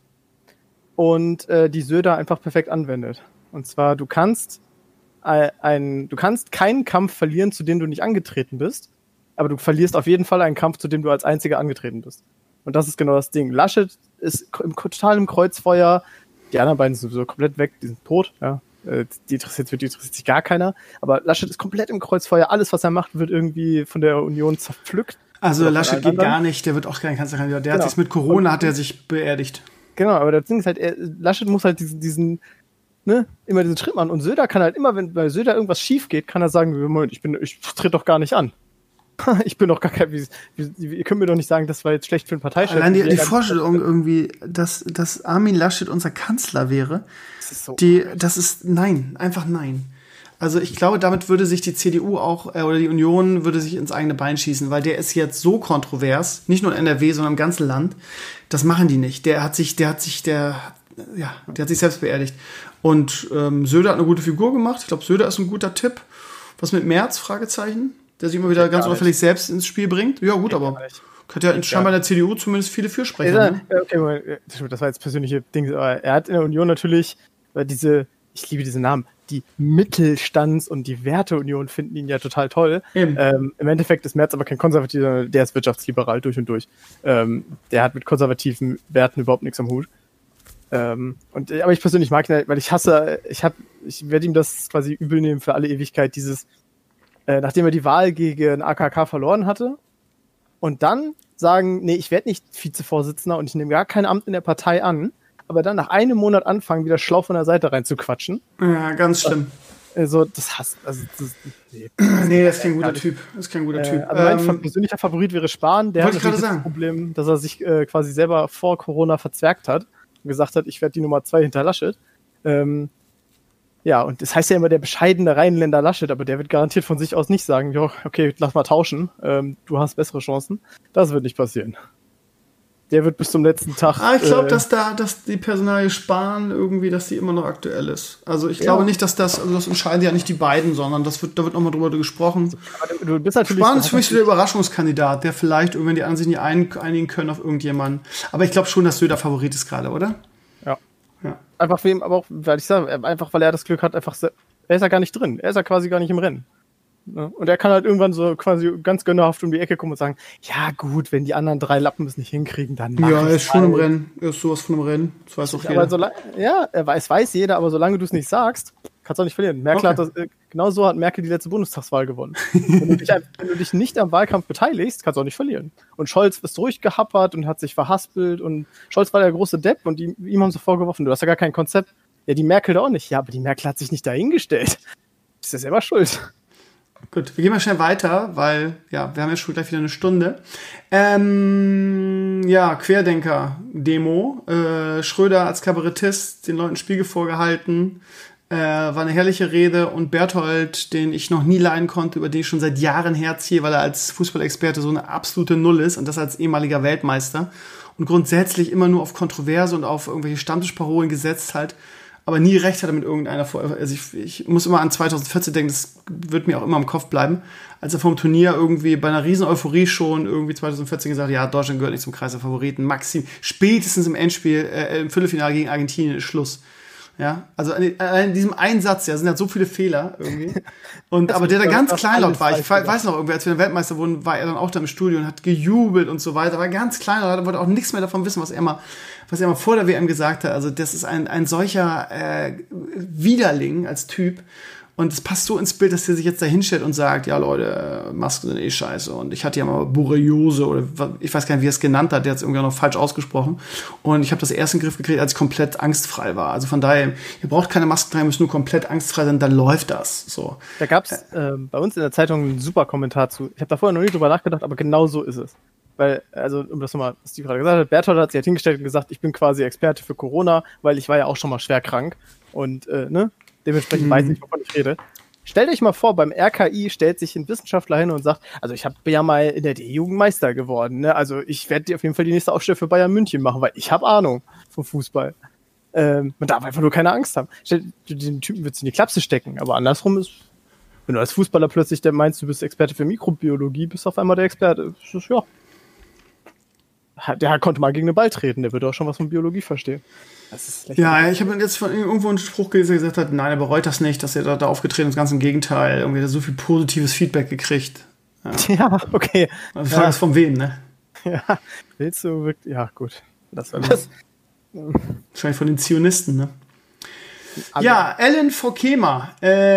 und äh, die Söder einfach perfekt anwendet. Und zwar, du kannst ein, ein, du kannst keinen Kampf verlieren, zu dem du nicht angetreten bist, aber du verlierst auf jeden Fall einen Kampf, zu dem du als Einziger angetreten bist. Und das ist genau das Ding. Laschet ist im, total im Kreuzfeuer, die anderen beiden sind sowieso komplett weg, die sind tot, ja. Die interessiert, für die interessiert sich gar keiner. Aber Laschet ist komplett im Kreuzfeuer. Alles, was er macht, wird irgendwie von der Union zerpflückt. Also Laschet geht gar nicht. Der wird auch kein Kanzlerkandidat. Der genau. hat sich mit Corona, hat er sich beerdigt. Genau, aber das Ding ist halt, er, Laschet muss halt diesen, diesen, ne, immer diesen Schritt machen. Und Söder kann halt immer, wenn bei Söder irgendwas schief geht, kann er sagen, Moment, ich bin, ich trete doch gar nicht an. Ich bin doch gar kein, wie, wie, ihr könnt mir doch nicht sagen, das war jetzt schlecht für den Parteichef. Allein die, die Vorstellung irgendwie, dass, dass Armin Laschet unser Kanzler wäre, das ist, so die, das ist nein, einfach nein. Also ich glaube, damit würde sich die C D U auch, äh, oder die Union würde sich ins eigene Bein schießen, weil der ist jetzt so kontrovers, nicht nur in N R W, sondern im ganzen Land. Das machen die nicht. Der hat sich, der hat sich, der, ja, der hat sich selbst beerdigt. Und ähm, Söder hat eine gute Figur gemacht. Ich glaube, Söder ist ein guter Tipp. Was mit Merz? Fragezeichen. Der sich immer wieder ganz unauffällig selbst ins Spiel bringt. Ja, gut, aber hat ja scheinbar in der C D U zumindest viele Fürsprecher. Ne? Okay, das war jetzt persönliche Dinge, aber er hat in der Union natürlich diese, ich liebe diese Namen, die Mittelstands- und die Werteunion finden ihn ja total toll. Ähm, Im Endeffekt ist Merz aber kein Konservativer, der ist wirtschaftsliberal durch und durch. Ähm, der hat mit konservativen Werten überhaupt nichts am Hut. Ähm, und, aber ich persönlich mag ihn, weil ich hasse, ich hab, ich werde ihm das quasi übel nehmen für alle Ewigkeit, dieses Äh, nachdem er die Wahl gegen A K K verloren hatte und dann sagen, nee, ich werde nicht Vizevorsitzender und ich nehme gar kein Amt in der Partei an, aber dann nach einem Monat anfangen, wieder schlau von der Seite rein zu quatschen. Ja, ganz schlimm. Also, das hasst, also, das, nee. nee, das ist kein guter Typ. Das ist kein guter Typ. Äh, also mein ähm, persönlicher Favorit wäre Spahn, der hat natürlich das Problem, dass er sich äh, quasi selber vor Corona verzwergt hat und gesagt hat, ich werde die Nummer zwei hinter Laschet. Ähm, Ja, und das heißt ja immer der bescheidene Rheinländer Laschet, aber der wird garantiert von sich aus nicht sagen, jo, okay, lass mal tauschen, ähm, du hast bessere Chancen. Das wird nicht passieren. Der wird bis zum letzten Tag... Ah, ich glaube, äh, dass da, dass die Personalie Spahn irgendwie, dass die immer noch aktuell ist. Also ich ja. glaube nicht, dass das, also das entscheiden ja nicht die beiden, sondern das wird, da wird nochmal drüber gesprochen. Du, du bist natürlich Spahn ist für mich so der Überraschungskandidat, der vielleicht irgendwann die anderen sich nicht ein, einigen können auf irgendjemanden. Aber ich glaube schon, dass Söder Favorit ist gerade, oder? Ja. Ja. Einfach wem, aber auch, weil ich sage, einfach weil er das Glück hat, einfach, er ist ja gar nicht drin, er ist ja quasi gar nicht im Rennen. Und er kann halt irgendwann so quasi ganz gönnerhaft um die Ecke kommen und sagen, ja gut, wenn die anderen drei Lappen es nicht hinkriegen, dann mach ja, er ist schon im Rennen, er ist sowas von im Rennen, das weiß auch jeder. Solange, ja, er weiß, weiß jeder, aber solange du es nicht sagst, kannst du auch nicht verlieren. Merkel okay. hat das, genau so hat Merkel die letzte Bundestagswahl gewonnen. wenn, du dich, wenn du dich nicht am Wahlkampf beteiligst, kannst du auch nicht verlieren. Und Scholz ist durchgehappert und hat sich verhaspelt und Scholz war der große Depp und die, ihm haben sie vorgeworfen, du hast ja gar kein Konzept. Ja, die Merkel da auch nicht. Ja, aber die Merkel hat sich nicht dahingestellt. Ist ja selber schuld. Gut, wir gehen mal schnell weiter, weil, ja, wir haben jetzt schon gleich wieder eine Stunde. Ähm, ja, Querdenker-Demo. Äh, Schröder als Kabarettist, den Leuten Spiegel vorgehalten. Äh, war eine herrliche Rede. Und Berthold, den ich noch nie leiden konnte, über den ich schon seit Jahren herziehe, weil er als Fußballexperte so eine absolute Null ist und das als ehemaliger Weltmeister. Und grundsätzlich immer nur auf Kontroverse und auf irgendwelche Stammtischparolen gesetzt halt. aber nie recht hatte mit irgendeiner vor. Also ich, ich muss immer an zwanzig vierzehn denken, das wird mir auch immer im Kopf bleiben, als er vom Turnier irgendwie bei einer riesen Euphorie schon irgendwie zwanzig vierzehn gesagt hat, ja, Deutschland gehört nicht zum Kreis der Favoriten, Maxim, spätestens im Endspiel, äh, im Viertelfinale gegen Argentinien ist Schluss. Ja, also in, in diesem einen Satz, ja, sind halt so viele Fehler irgendwie. Und, aber der da ganz kleinlaut war, ich weiß noch, irgendwie, als wir Weltmeister wurden, war er dann auch da im Studio und hat gejubelt und so weiter, war ganz kleinlaut, wollte auch nichts mehr davon wissen, was er mal, was er mal vor der W M gesagt hat. Also das ist ein, ein solcher äh, Widerling als Typ. Und es passt so ins Bild, dass er sich jetzt da hinstellt und sagt, ja Leute, Masken sind eh scheiße. Und ich hatte ja mal Borreliose oder ich weiß gar nicht, wie er es genannt hat, der hat es irgendwie noch falsch ausgesprochen. Und ich habe das erst in den Griff gekriegt, als ich komplett angstfrei war. Also von daher, ihr braucht keine Masken tragen, ihr müsst nur komplett angstfrei sein, dann läuft das. So. Da gab es äh, bei uns in der Zeitung einen super Kommentar zu. Ich habe da vorher noch nie drüber nachgedacht, aber genau so ist es. Weil, also, um das nochmal, was die gerade gesagt hat, Berthold hat sich halt hingestellt und gesagt, ich bin quasi Experte für Corona, weil ich war ja auch schon mal schwer krank. Und, äh, ne? Dementsprechend mhm. weiß ich, wovon ich rede. Stellt euch mal vor, beim R K I stellt sich ein Wissenschaftler hin und sagt, also ich habe ja mal in der D-Jugend Meister geworden, ne? Also ich werde auf jeden Fall die nächste Aufstellung für Bayern München machen, weil ich habe Ahnung vom Fußball. Ähm, man darf einfach nur keine Angst haben. Stellt, den Typen wird's in die Klapse stecken, aber andersrum ist, wenn du als Fußballer plötzlich der meinst, du bist Experte für Mikrobiologie, bist auf einmal der Experte. Das ist, ja. Der konnte mal gegen den Ball treten, der würde auch schon was von Biologie verstehen. Das ist ja, ich habe jetzt von irgendwo einen Spruch gelesen, der gesagt hat, nein, er bereut das nicht, dass er da, da aufgetreten ist, ganz im Gegenteil. Irgendwie hat er so viel positives Feedback gekriegt. Ja, ja okay. Also die Frage ist von wem, ne? Ja, willst du wirklich, ja gut. Das war das. Wahrscheinlich von den Zionisten, ne? Also. Ja, Ellen Vokema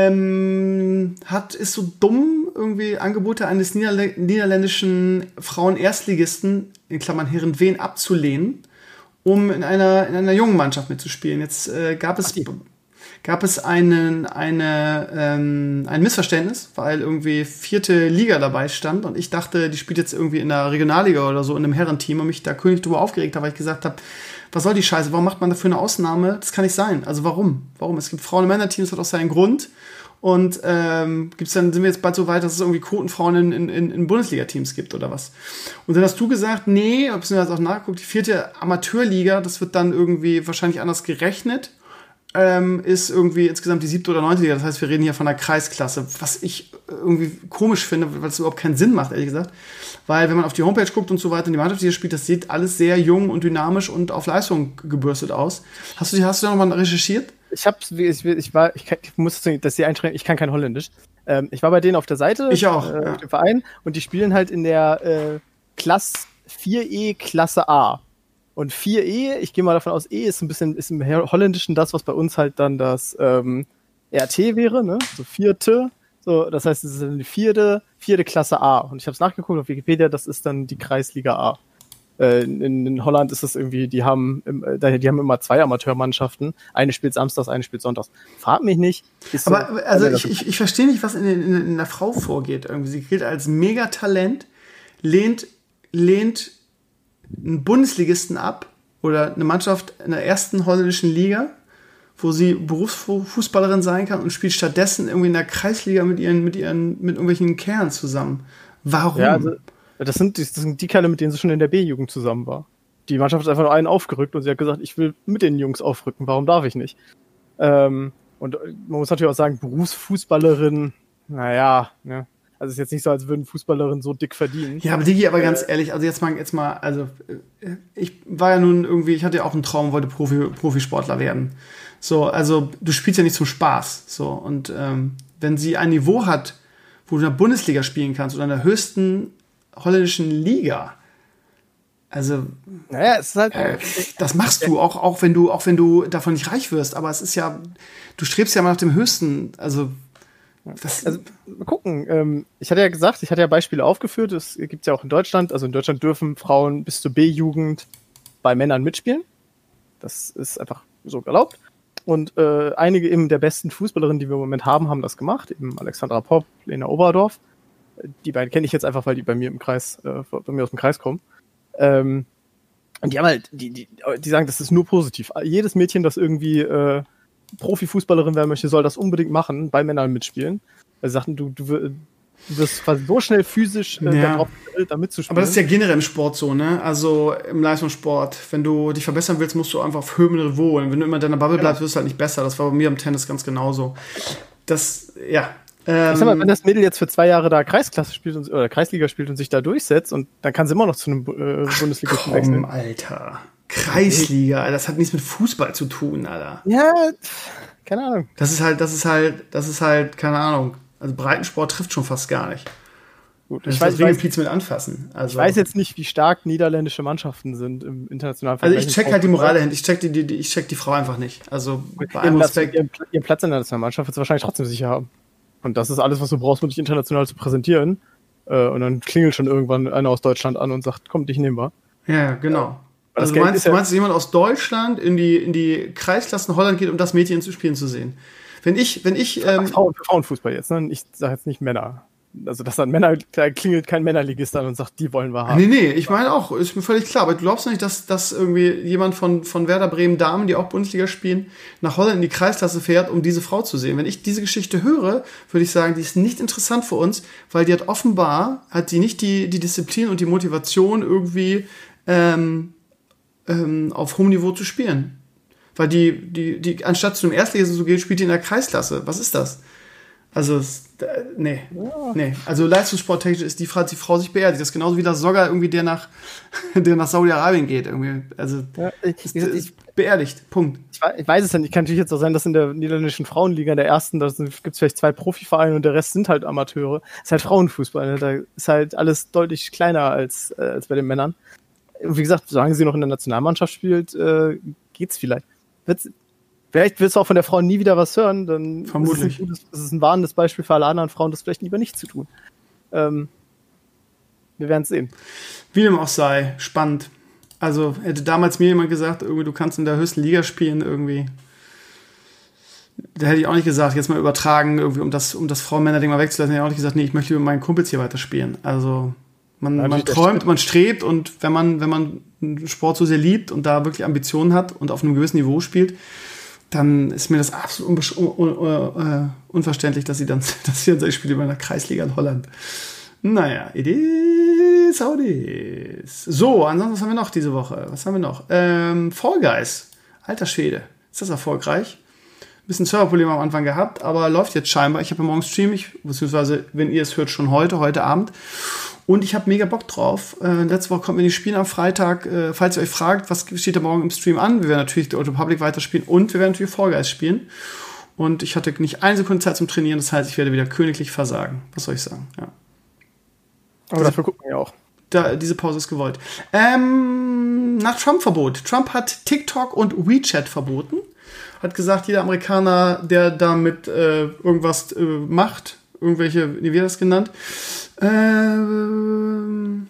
ähm, hat, ist so dumm, irgendwie Angebote eines Niederl- niederländischen Frauen-Erstligisten, in Klammern Heerenveen, abzulehnen, um in einer, in einer jungen Mannschaft mitzuspielen. Jetzt äh, gab es, gab es einen, eine, ähm, ein Missverständnis, weil irgendwie vierte Liga dabei stand und ich dachte, die spielt jetzt irgendwie in der Regionalliga oder so in einem Herrenteam und mich da König drüber aufgeregt habe, weil ich gesagt habe, was soll die Scheiße? Warum macht man dafür eine Ausnahme? Das kann nicht sein. Also warum? Warum? Es gibt Frauen- und Männerteams, das hat auch seinen Grund. Und ähm, gibt's dann, sind wir jetzt bald so weit, dass es irgendwie Quotenfrauen in, in, in Bundesliga-Teams gibt oder was? Und dann hast du gesagt, nee, beziehungsweise auch nachgeguckt, die vierte Amateurliga, das wird dann irgendwie wahrscheinlich anders gerechnet, ähm, ist irgendwie insgesamt die siebte oder neunte Liga. Das heißt, wir reden hier von einer Kreisklasse, was ich irgendwie komisch finde, weil es überhaupt keinen Sinn macht, ehrlich gesagt. Weil wenn man auf die Homepage guckt und so weiter und die Mannschaft, die hier spielt, das sieht alles sehr jung und dynamisch und auf Leistung gebürstet aus. Hast du, hast du da nochmal recherchiert? Ich hab's, ich, ich war, ich, kann, ich muss das hier einschränken, ich kann kein Holländisch. Ähm, ich war bei denen auf der Seite. Ich auch. Äh, ja. Im Verein und die spielen halt in der äh, Klasse vier E Klasse A. Und vier E, ich gehe mal davon aus, E ist ein bisschen, ist im Holländischen das, was bei uns halt dann das ähm, R T wäre, ne? So vierte. So, das heißt, es ist dann die vierte, vierte Klasse A. Und ich habe es nachgeguckt auf Wikipedia, das ist dann die Kreisliga A. Äh, in, in Holland ist das irgendwie, die haben, im, äh, die haben immer zwei Amateurmannschaften. Eine spielt samstags, eine spielt sonntags. Frag mich nicht. Ist aber so, also ich, ich, ich verstehe nicht, was in, in, in der Frau vorgeht. Irgendwie. Sie gilt als Megatalent, lehnt, lehnt einen Bundesligisten ab oder eine Mannschaft in der ersten holländischen Liga, wo sie Berufsfußballerin sein kann und spielt stattdessen irgendwie in der Kreisliga mit ihren, mit ihren, mit irgendwelchen Kerlen zusammen. Warum? Ja, also, das sind, das sind die Kerle, mit denen sie schon in der B-Jugend zusammen war. Die Mannschaft ist einfach nur einen aufgerückt und sie hat gesagt, ich will mit den Jungs aufrücken, warum darf ich nicht? Ähm, und man muss natürlich auch sagen, Berufsfußballerin, naja, ne? Also es ist jetzt nicht so, als würden Fußballerinnen so dick verdienen. Ja, aber Digi, aber ganz äh, ehrlich, also jetzt mal, jetzt mal, also ich war ja nun irgendwie, ich hatte ja auch einen Traum, wollte Profi, Profisportler werden. So, also du spielst ja nicht zum Spaß. So, und ähm, wenn sie ein Niveau hat, wo du in der Bundesliga spielen kannst oder in der höchsten holländischen Liga, also naja, es ist halt, äh, das machst du auch, auch wenn du, auch wenn du davon nicht reich wirst, aber es ist ja, du strebst ja mal nach dem höchsten, also Das also, mal gucken. Ähm, ich hatte ja gesagt, ich hatte ja Beispiele aufgeführt. Es gibt ja auch in Deutschland. Also in Deutschland dürfen Frauen bis zur B-Jugend bei Männern mitspielen. Das ist einfach so erlaubt. Und äh, einige eben der besten Fußballerinnen, die wir im Moment haben, haben das gemacht. Eben Alexandra Popp, Lena Oberdorf. Die beiden kenne ich jetzt einfach, weil die bei mir im Kreis, äh, bei mir aus dem Kreis kommen. Ähm, und die haben halt, die, die, die sagen, das ist nur positiv. Jedes Mädchen, das irgendwie äh, Profifußballerin werden möchte, soll das unbedingt machen, bei Männern mitspielen. Also sagten, du, du Du wirst quasi so schnell physisch äh, Ja. darauf gewillt, da mitzuspielen. Aber das ist ja generell im Sport so, ne? Also im Leistungssport. Wenn du dich verbessern willst, musst du einfach auf höherem Niveau. Und wenn du immer in deiner Bubble bleibst, wirst du halt nicht besser. Das war bei mir im Tennis ganz genauso. Das, ja. Ähm, Ich sag mal, wenn das Mädel jetzt für zwei Jahre da Kreisklasse spielt und, oder Kreisliga spielt und sich da durchsetzt, und dann kann sie immer noch zu einem äh, Bundesligisten komm, wechseln. Alter. Kreisliga, Alter, das hat nichts mit Fußball zu tun, Alter. Ja, keine Ahnung. Das ist halt, das ist halt, das ist halt, keine Ahnung. Also Breitensport trifft schon fast gar nicht. Gut, Das ich, ist weiß, ich, weiß, Impliz mit anfassen. Also, ich weiß jetzt nicht, wie stark niederländische Mannschaften sind im internationalen Also Vergleich. ich check halt die Moral dahinter. Ich check die, die, die, ich check die Frau einfach nicht. Also bei allem Ihren Platz, Respekt. ihren, ihren Platz in der Nationalmannschaft wird sie wahrscheinlich trotzdem sicher haben. Und das ist alles, was du brauchst, um dich international zu präsentieren. Äh, und dann klingelt schon irgendwann einer aus Deutschland an und sagt, komm, dich nehmen wir. Ja, genau. Das Also du Geld meinst, ist ja- du meinst, dass jemand aus Deutschland in die, in die Kreisklassen Holland geht, um das Mädchen zu spielen zu sehen? Wenn ich, wenn ich, ähm, Frauen, Frauenfußball jetzt, ne? Ich sage jetzt nicht Männer. Also, dass dann Männer, da klingelt kein Männerligist an und sagt, die wollen wir haben. nee, nee, ich meine auch, ist mir völlig klar, aber du glaubst nicht, dass, dass irgendwie jemand von, von Werder Bremen Damen, die auch Bundesliga spielen, nach Holland in die Kreisklasse fährt, um diese Frau zu sehen. Wenn ich diese Geschichte höre, würde ich sagen, die ist nicht interessant für uns, weil die hat offenbar, hat die nicht die, die Disziplin und die Motivation irgendwie ähm, ähm, auf hohem Niveau zu spielen. Weil die, die, die, anstatt zu einem Erstligisten zu gehen, spielt die in der Kreisklasse. Was ist das? Also, es, äh, nee, nee. Also, leistungssporttechnisch ist die Frau, die Frau sich beerdigt. Das ist genauso wie der Sogger irgendwie, der nach, der nach Saudi-Arabien geht, irgendwie. Also, Ja, ich, ist, ich, ich, ist beerdigt. Punkt. ich, wei- ich weiß es ja nicht. Kann natürlich jetzt auch sein, dass in der niederländischen Frauenliga, in der ersten, da gibt es vielleicht zwei Profivereine und der Rest sind halt Amateure. Ist halt Frauenfußball. Ne? Da ist halt alles deutlich kleiner als, äh, als bei den Männern. Und wie gesagt, solange sie noch in der Nationalmannschaft spielt, äh, geht's vielleicht. Wird's, vielleicht willst du auch von der Frau nie wieder was hören, dann Vermutlich. ist es ein, gutes, es ist ein warnendes Beispiel für alle anderen Frauen, das vielleicht lieber nicht zu tun. Ähm, wir werden es sehen. Wie dem auch sei, spannend. Also, hätte damals mir jemand gesagt, irgendwie, du kannst in der höchsten Liga spielen, irgendwie. Da hätte ich auch nicht gesagt, jetzt mal übertragen, irgendwie, um das, um das Frauen-Männer-Ding mal wegzulassen, hätte ich auch nicht gesagt, nee, ich möchte mit meinen Kumpels hier weiterspielen. Also, man, Ja, man natürlich, träumt, das man strebt, und wenn man, wenn man einen Sport so sehr liebt und da wirklich Ambitionen hat und auf einem gewissen Niveau spielt, dann ist mir das absolut unbe- un, un, uh, unverständlich, dass sie dann, dass sie dann sagt, ich spiele bei einer Kreisliga in Holland. Naja, it is how it is. So, ansonsten, was haben wir noch diese Woche? Was haben wir noch? Ähm, Fall Guys. Alter Schwede. Ist das erfolgreich? Ein bisschen Serverprobleme am Anfang gehabt, aber läuft jetzt scheinbar. Ich habe ja morgen Stream, ich, beziehungsweise, wenn ihr es hört, schon heute, heute Abend. Und ich habe mega Bock drauf. Äh, letzte Woche konnten wir nicht spielen am Freitag. Äh, falls ihr euch fragt, was steht da morgen im Stream an? Wir werden natürlich The Old Republic weiterspielen und wir werden natürlich Fall Guys spielen. Und ich hatte nicht eine Sekunde Zeit zum Trainieren, das heißt, ich werde wieder königlich versagen. Was soll ich sagen? Ja. Aber dafür gucken wir auch. Da, diese Pause ist gewollt. Ähm, nach Trump-Verbot. Trump hat TikTok und WeChat verboten. Hat gesagt, jeder Amerikaner, der damit äh, irgendwas äh, macht, irgendwelche, wie wird das genannt? Ähm,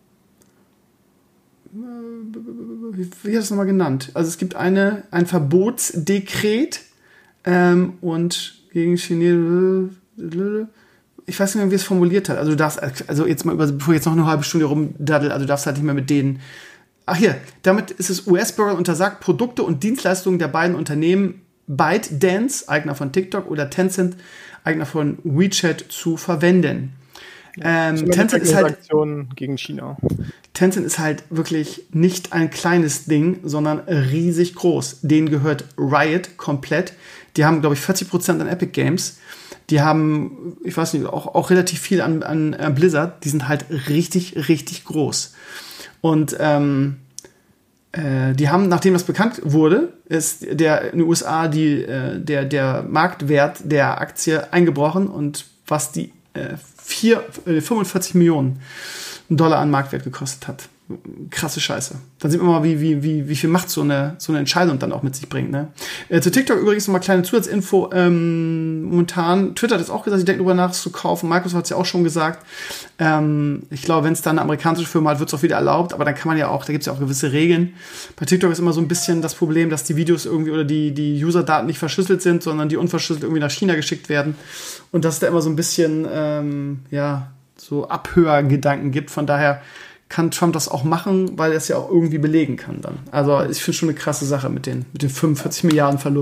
wie, wie hat das nochmal genannt? Also es gibt eine, ein Verbotsdekret ähm, und gegen Chinesen. Ich weiß nicht mehr, wie es formuliert hat. Also du darfst, also jetzt mal, über, bevor ich jetzt noch eine halbe Stunde rumdaddel, also du darfst halt nicht mehr mit denen. Ach hier, damit ist es U S-Bürgern untersagt, Produkte und Dienstleistungen der beiden Unternehmen ByteDance, Eigner von TikTok, oder Tencent, Eigner von WeChat, zu verwenden. Ähm, Tencent ist halt Sanktionen gegen China. Tencent ist halt wirklich nicht ein kleines Ding, sondern riesig groß. Denen gehört Riot komplett. Die haben, glaube ich, vierzig Prozent an Epic Games. Die haben, ich weiß nicht, auch, auch relativ viel an, an, an Blizzard. Die sind halt richtig, richtig groß. Und ähm, äh, die haben, nachdem das bekannt wurde, ist der in den U S A die, äh, der, der Marktwert der Aktie eingebrochen, und was die äh, vier, äh, fünfundvierzig Millionen Dollar an Marktwert gekostet hat. Krasse Scheiße. Dann sieht man mal, wie, wie, wie, wie viel Macht so eine, so eine Entscheidung dann auch mit sich bringt. Ne? Äh, zu TikTok übrigens noch mal kleine Zusatzinfo. Ähm, momentan, Twitter hat jetzt auch gesagt, sie denken darüber nach, es zu kaufen. Microsoft hat es ja auch schon gesagt. Ähm, ich glaube, wenn es dann eine amerikanische Firma hat, wird es auch wieder erlaubt. Aber dann kann man ja auch, da gibt es ja auch gewisse Regeln. Bei TikTok ist immer so ein bisschen das Problem, dass die Videos irgendwie oder die, die User-Daten nicht verschlüsselt sind, sondern die unverschlüsselt irgendwie nach China geschickt werden. Und dass es da immer so ein bisschen, ähm, ja, so Abhörgedanken gibt. Von daher kann Trump das auch machen, weil er es ja auch irgendwie belegen kann dann. Also ich finde schon eine krasse Sache mit den, mit den fünfundvierzig Milliarden Verlust.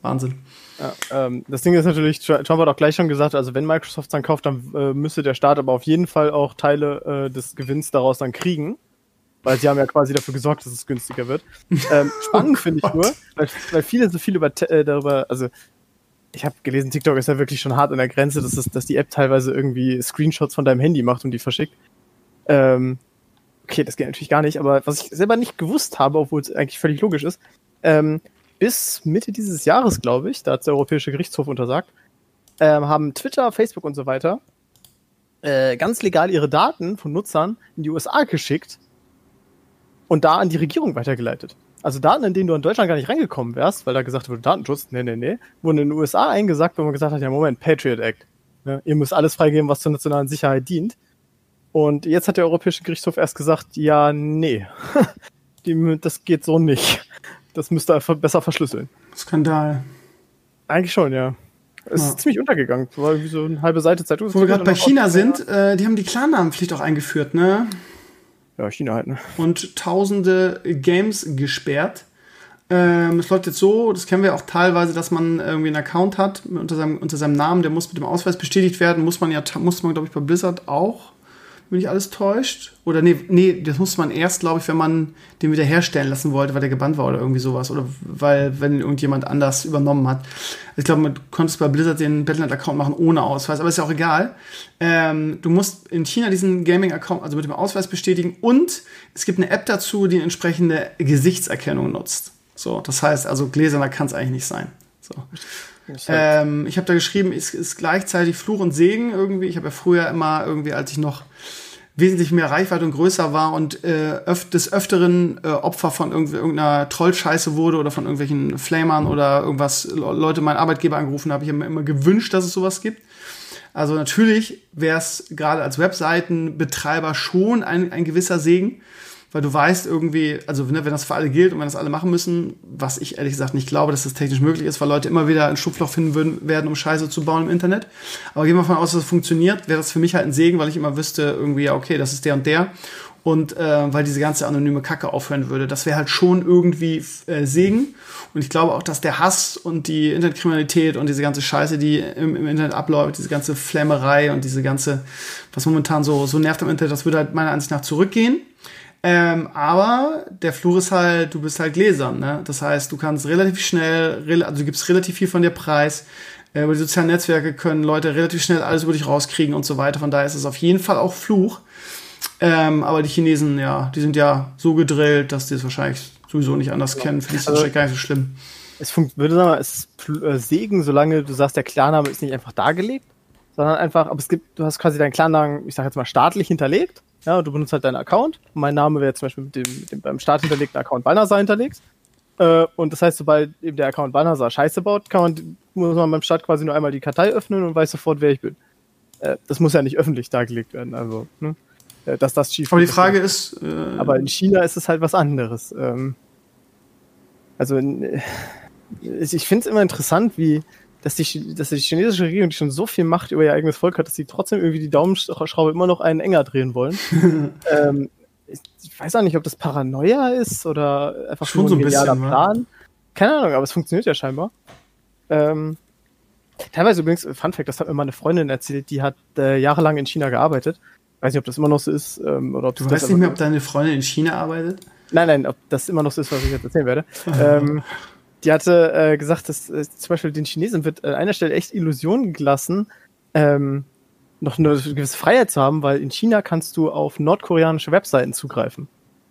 Wahnsinn. Ja, ähm, das Ding ist natürlich, Trump hat auch gleich schon gesagt, also wenn Microsoft dann kauft, dann äh, müsste der Staat aber auf jeden Fall auch Teile äh, des Gewinns daraus dann kriegen. Weil sie haben ja quasi dafür gesorgt, dass es günstiger wird. Ähm, spannend finde ich nur, weil, weil viele so viel über äh, darüber, also ich habe gelesen, TikTok ist ja wirklich schon hart an der Grenze, dass, es, dass die App teilweise irgendwie Screenshots von deinem Handy macht und die verschickt. Ähm, okay, das geht natürlich gar nicht, aber was ich selber nicht gewusst habe, obwohl es eigentlich völlig logisch ist, ähm, bis Mitte dieses Jahres, glaube ich, da hat der Europäische Gerichtshof untersagt, ähm, haben Twitter, Facebook und so weiter äh, ganz legal ihre Daten von Nutzern in die U S A geschickt und da an die Regierung weitergeleitet. Also Daten, in denen du in Deutschland gar nicht reingekommen wärst, weil da gesagt wurde, Datenschutz, nee, nee, nee, wurden in den U S A eingesagt, wenn man gesagt hat, ja Moment, Patriot Act. Ja, ihr müsst alles freigeben, was zur nationalen Sicherheit dient. Und jetzt hat der Europäische Gerichtshof erst gesagt, ja, nee, die, das geht so nicht. Das müsst ihr einfach besser verschlüsseln. Skandal. Eigentlich schon, ja. Es ja. ist ziemlich untergegangen. War irgendwie so eine halbe Seite Zeitung. Wo wir gerade bei China sind, äh, die haben die Klarnamenpflicht auch eingeführt, ne? Ja, China halt, ne? Und tausende Games gesperrt. Ähm, es läuft jetzt so, das kennen wir auch teilweise, dass man irgendwie einen Account hat unter seinem, unter seinem Namen, der muss mit dem Ausweis bestätigt werden. Muss man ja, muss man, glaube ich, bei Blizzard auch. Wenn mich alles täuscht. Oder nee, nee, das musste man erst, glaube ich, wenn man den wiederherstellen lassen wollte, weil der gebannt war oder irgendwie sowas. Oder weil, wenn irgendjemand anders übernommen hat. Ich glaube, man konnte bei Blizzard den Battle Net Account machen ohne Ausweis, aber ist ja auch egal. Ähm, du musst in China diesen Gaming-Account, also mit dem Ausweis bestätigen, und es gibt eine App dazu, die entsprechende Gesichtserkennung nutzt. So, das heißt, also gläserner kann es eigentlich nicht sein. So. Ähm, ich habe da geschrieben, es ist gleichzeitig Fluch und Segen irgendwie. Ich habe ja früher immer irgendwie, als ich noch wesentlich mehr Reichweite und größer war und äh, öf- des Öfteren äh, Opfer von irgendw- irgendeiner Trollscheiße wurde oder von irgendwelchen Flamern oder irgendwas, Leute meinen Arbeitgeber angerufen habe, ich habe mir immer gewünscht, dass es sowas gibt. Also natürlich wäre es gerade als Webseitenbetreiber schon ein, ein gewisser Segen, weil du weißt irgendwie, also ne, wenn das für alle gilt und wenn das alle machen müssen, was ich ehrlich gesagt nicht glaube, dass das technisch möglich ist, weil Leute immer wieder ein Schlupfloch finden würden, werden, um Scheiße zu bauen im Internet. Aber gehen wir davon aus, dass es funktioniert, wäre das für mich halt ein Segen, weil ich immer wüsste, irgendwie, ja, okay, das ist der und der. Und äh, weil diese ganze anonyme Kacke aufhören würde. Das wäre halt schon irgendwie äh, Segen. Und ich glaube auch, dass der Hass und die Internetkriminalität und diese ganze Scheiße, die im, im Internet abläuft, diese ganze Flammerei und diese ganze, was momentan so, so nervt am Internet, das würde halt meiner Ansicht nach zurückgehen. Ähm, aber der Fluch ist halt, du bist halt gläsern, ne? Das heißt, du kannst relativ schnell, re- also du gibst relativ viel von dir preis. Äh, über die sozialen Netzwerke können Leute relativ schnell alles über dich rauskriegen und so weiter. Von daher ist es auf jeden Fall auch Fluch. Ähm, aber die Chinesen, ja, die sind ja so gedrillt, dass die es wahrscheinlich sowieso nicht anders ja. kennen. Für die ist das also, gar nicht so schlimm. Es funkt, würde sagen, es ist äh, Segen, solange du sagst, der Klarname ist nicht einfach dargelegt, sondern einfach, aber es gibt, du hast quasi deinen Klarnamen, ich sag jetzt mal, staatlich hinterlegt. Ja, du benutzt halt deinen Account. Mein Name wäre zum Beispiel mit dem, mit dem beim Staat hinterlegten Account Balnasar hinterlegt. Äh, und das heißt, sobald eben der Account Balnasar Scheiße baut, kann man, muss man beim Staat quasi nur einmal die Kartei öffnen und weiß sofort, wer ich bin. Äh, das muss ja nicht öffentlich dargelegt werden, also, ne? Äh, dass das schief Aber die Frage ist, äh, aber in China ist es halt was anderes. Ähm, also, in, äh, ich finde es immer interessant, wie dass die, dass die chinesische Regierung, die schon so viel Macht über ihr eigenes Volk hat, dass sie trotzdem irgendwie die Daumenschraube immer noch einen enger drehen wollen. ähm, ich, ich weiß auch nicht, ob das Paranoia ist oder einfach schon nur so ein genialer bisschen, Plan. Keine Ahnung, aber es funktioniert ja scheinbar. Ähm, teilweise übrigens, Fun Fact, das hat mir meine Freundin erzählt, die hat äh, jahrelang in China gearbeitet. Weiß nicht, ob das immer noch so ist. Ähm, oder ob du das weißt nicht mehr, ob deine Freundin in China arbeitet? Nein, nein, ob das immer noch so ist, was ich jetzt erzählen werde. ähm, Die hatte äh, gesagt, dass äh, zum Beispiel den Chinesen wird an einer Stelle echt Illusionen gelassen, ähm, noch eine gewisse Freiheit zu haben, weil in China kannst du auf nordkoreanische Webseiten zugreifen.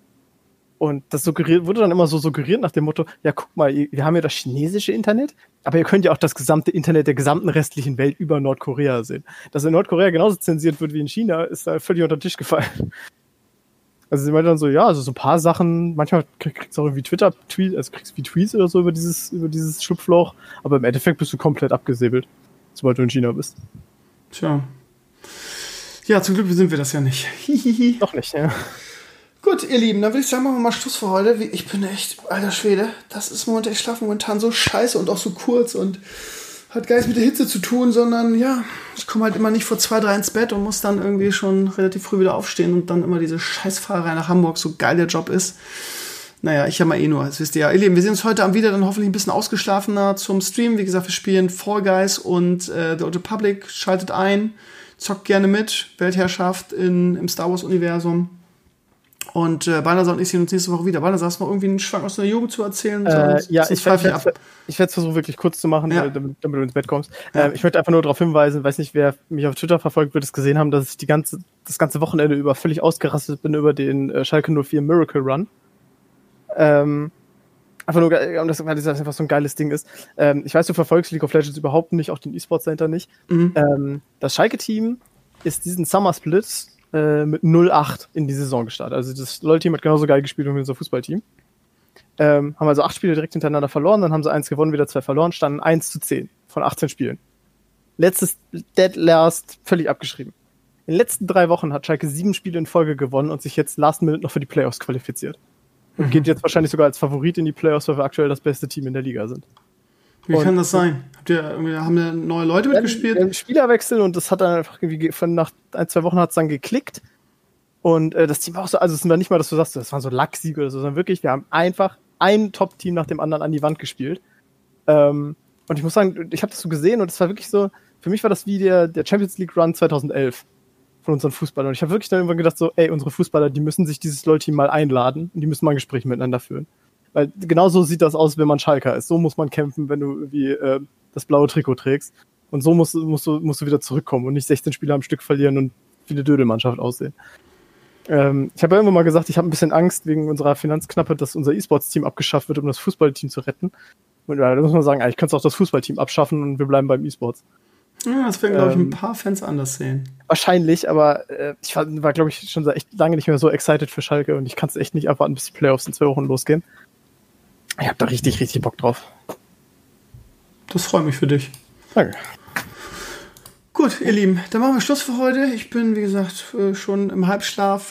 Und das suggeriert, wurde dann immer so suggeriert nach dem Motto, ja guck mal, wir haben ja das chinesische Internet, aber ihr könnt ja auch das gesamte Internet der gesamten restlichen Welt über Nordkorea sehen. Dass in Nordkorea genauso zensiert wird wie in China, ist da völlig unter den Tisch gefallen. Also sie meinte dann so, ja, also so ein paar Sachen, manchmal kriegst du auch irgendwie Twitter-Tweets, also kriegst du wie Tweets oder so über dieses, über dieses Schlupfloch, aber im Endeffekt bist du komplett abgesäbelt, sobald du in China bist. Tja. Ja, zum Glück sind wir das ja nicht. Hihihi. Doch nicht, ja. Gut, ihr Lieben, dann würde ich sagen, machen wir mal Schluss für heute. Ich bin echt, alter Schwede, das ist momentan, ich schlafe momentan so scheiße und auch so kurz und hat gar nichts mit der Hitze zu tun, sondern ja, ich komme halt immer nicht vor zwei, drei ins Bett und muss dann irgendwie schon relativ früh wieder aufstehen und dann immer diese Scheißfahrerei nach Hamburg, so geil der Job ist. Naja, ich habe mal eh nur, das wisst ihr ja. Ihr Lieben, wir sehen uns heute Abend wieder, dann hoffentlich ein bisschen ausgeschlafener zum Stream. Wie gesagt, wir spielen Fall Guys und äh, The Old Republic. Schaltet ein, zockt gerne mit. Weltherrschaft in, im Star Wars-Universum. Und äh, Balnasar und ich sehen uns nächste Woche wieder. Balnasar, hast du noch irgendwie einen Schwank aus der Jugend zu erzählen? Äh, ja, ich werde es versuchen, wirklich kurz zu machen, ja. damit, damit du ins Bett kommst. Ja. Äh, ich möchte einfach nur darauf hinweisen, weiß nicht, wer mich auf Twitter verfolgt, wird es gesehen haben, dass ich die ganze, das ganze Wochenende über völlig ausgerastet bin über den äh, Schalke null vier Miracle Run. Ähm, einfach nur, das, weil das einfach so ein geiles Ding ist. Ähm, ich weiß, du verfolgst League of Legends überhaupt nicht, auch den E-Sports Center nicht. Mhm. Ähm, das Schalke-Team ist diesen Summer Split äh, mit null acht in die Saison gestartet. Also das LoL-Team hat genauso geil gespielt wie unser Fußballteam. Ähm, haben also acht Spiele direkt hintereinander verloren, dann haben sie eins gewonnen, wieder zwei verloren, standen eins zu zehn von achtzehn Spielen. Letztes Dead Last völlig abgeschrieben. In den letzten drei Wochen hat Schalke sieben Spiele in Folge gewonnen und sich jetzt last minute noch für die Playoffs qualifiziert. Und mhm. geht jetzt wahrscheinlich sogar als Favorit in die Playoffs, weil wir aktuell das beste Team in der Liga sind. Wie und kann das sein? Habt ihr, haben da neue Leute mitgespielt? Ein Spielerwechsel und das hat dann einfach irgendwie von nach ein, zwei Wochen hat es dann geklickt. Und äh, das Team war auch so, also es war nicht mal, dass du sagst, das waren so Lacksiege oder so, sondern wirklich, wir haben einfach ein Top-Team nach dem anderen an die Wand gespielt. Ähm, und ich muss sagen, ich habe das so gesehen und es war wirklich so, für mich war das wie der, der Champions League Run zweitausendelf von unseren Fußballern. Und ich habe wirklich dann irgendwann gedacht so, ey, unsere Fußballer, die müssen sich dieses LoL-Team mal einladen und die müssen mal ein Gespräch miteinander führen. Weil genau so sieht das aus, wenn man Schalker ist. So muss man kämpfen, wenn du irgendwie äh, das blaue Trikot trägst. Und so musst, musst, du, musst du wieder zurückkommen und nicht sechzehn Spiele am Stück verlieren und wie eine Dödelmannschaft aussehen. Ähm, ich habe ja irgendwann mal gesagt, ich habe ein bisschen Angst wegen unserer Finanzknappe, dass unser E-Sports-Team abgeschafft wird, um das Fußballteam zu retten. Und ja, da muss man sagen, eigentlich kannst du auch das Fußballteam abschaffen und wir bleiben beim E-Sports. Ja, das werden, glaube ich, ein paar Fans anders sehen. Wahrscheinlich, aber äh, ich war, war glaube ich, schon echt lange nicht mehr so excited für Schalke und ich kann es echt nicht abwarten, bis die Playoffs in zwei Wochen losgehen. Ich habe da richtig, richtig Bock drauf. Das freut mich für dich. Danke. Gut, ihr Lieben, dann machen wir Schluss für heute. Ich bin, wie gesagt, schon im Halbschlaf.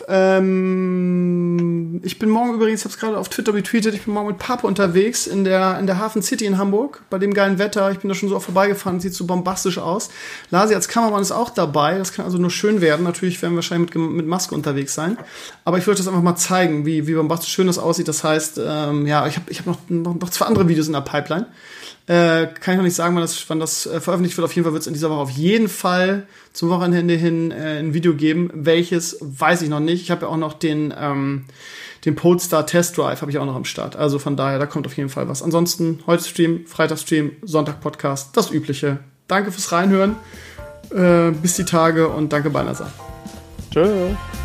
Ähm, ich bin morgen übrigens, ich habe es gerade auf Twitter retweetet, ich bin morgen mit Papa unterwegs in der, in der Hafen City in Hamburg, bei dem geilen Wetter. Ich bin da schon so oft vorbeigefahren, sieht so bombastisch aus. Lasi als Kameramann ist auch dabei, das kann also nur schön werden. Natürlich werden wir wahrscheinlich mit, mit Maske unterwegs sein. Aber ich wollte das einfach mal zeigen, wie, wie bombastisch schön das aussieht. Das heißt, ähm, ja, ich habe ich hab noch, noch, noch zwei andere Videos in der Pipeline. Äh, kann ich noch nicht sagen, wann das, wann das äh, veröffentlicht wird. Auf jeden Fall wird es in dieser Woche auf jeden Fall zum Wochenende hin äh, ein Video geben. Welches, weiß ich noch nicht. Ich habe ja auch noch den, ähm, den Polestar Test Drive habe ich auch noch am Start. Also von daher, da kommt auf jeden Fall was. Ansonsten heute Stream, Freitag Stream, Sonntag Podcast, das Übliche. Danke fürs Reinhören. Äh, bis die Tage und danke Balnasar. Tschö.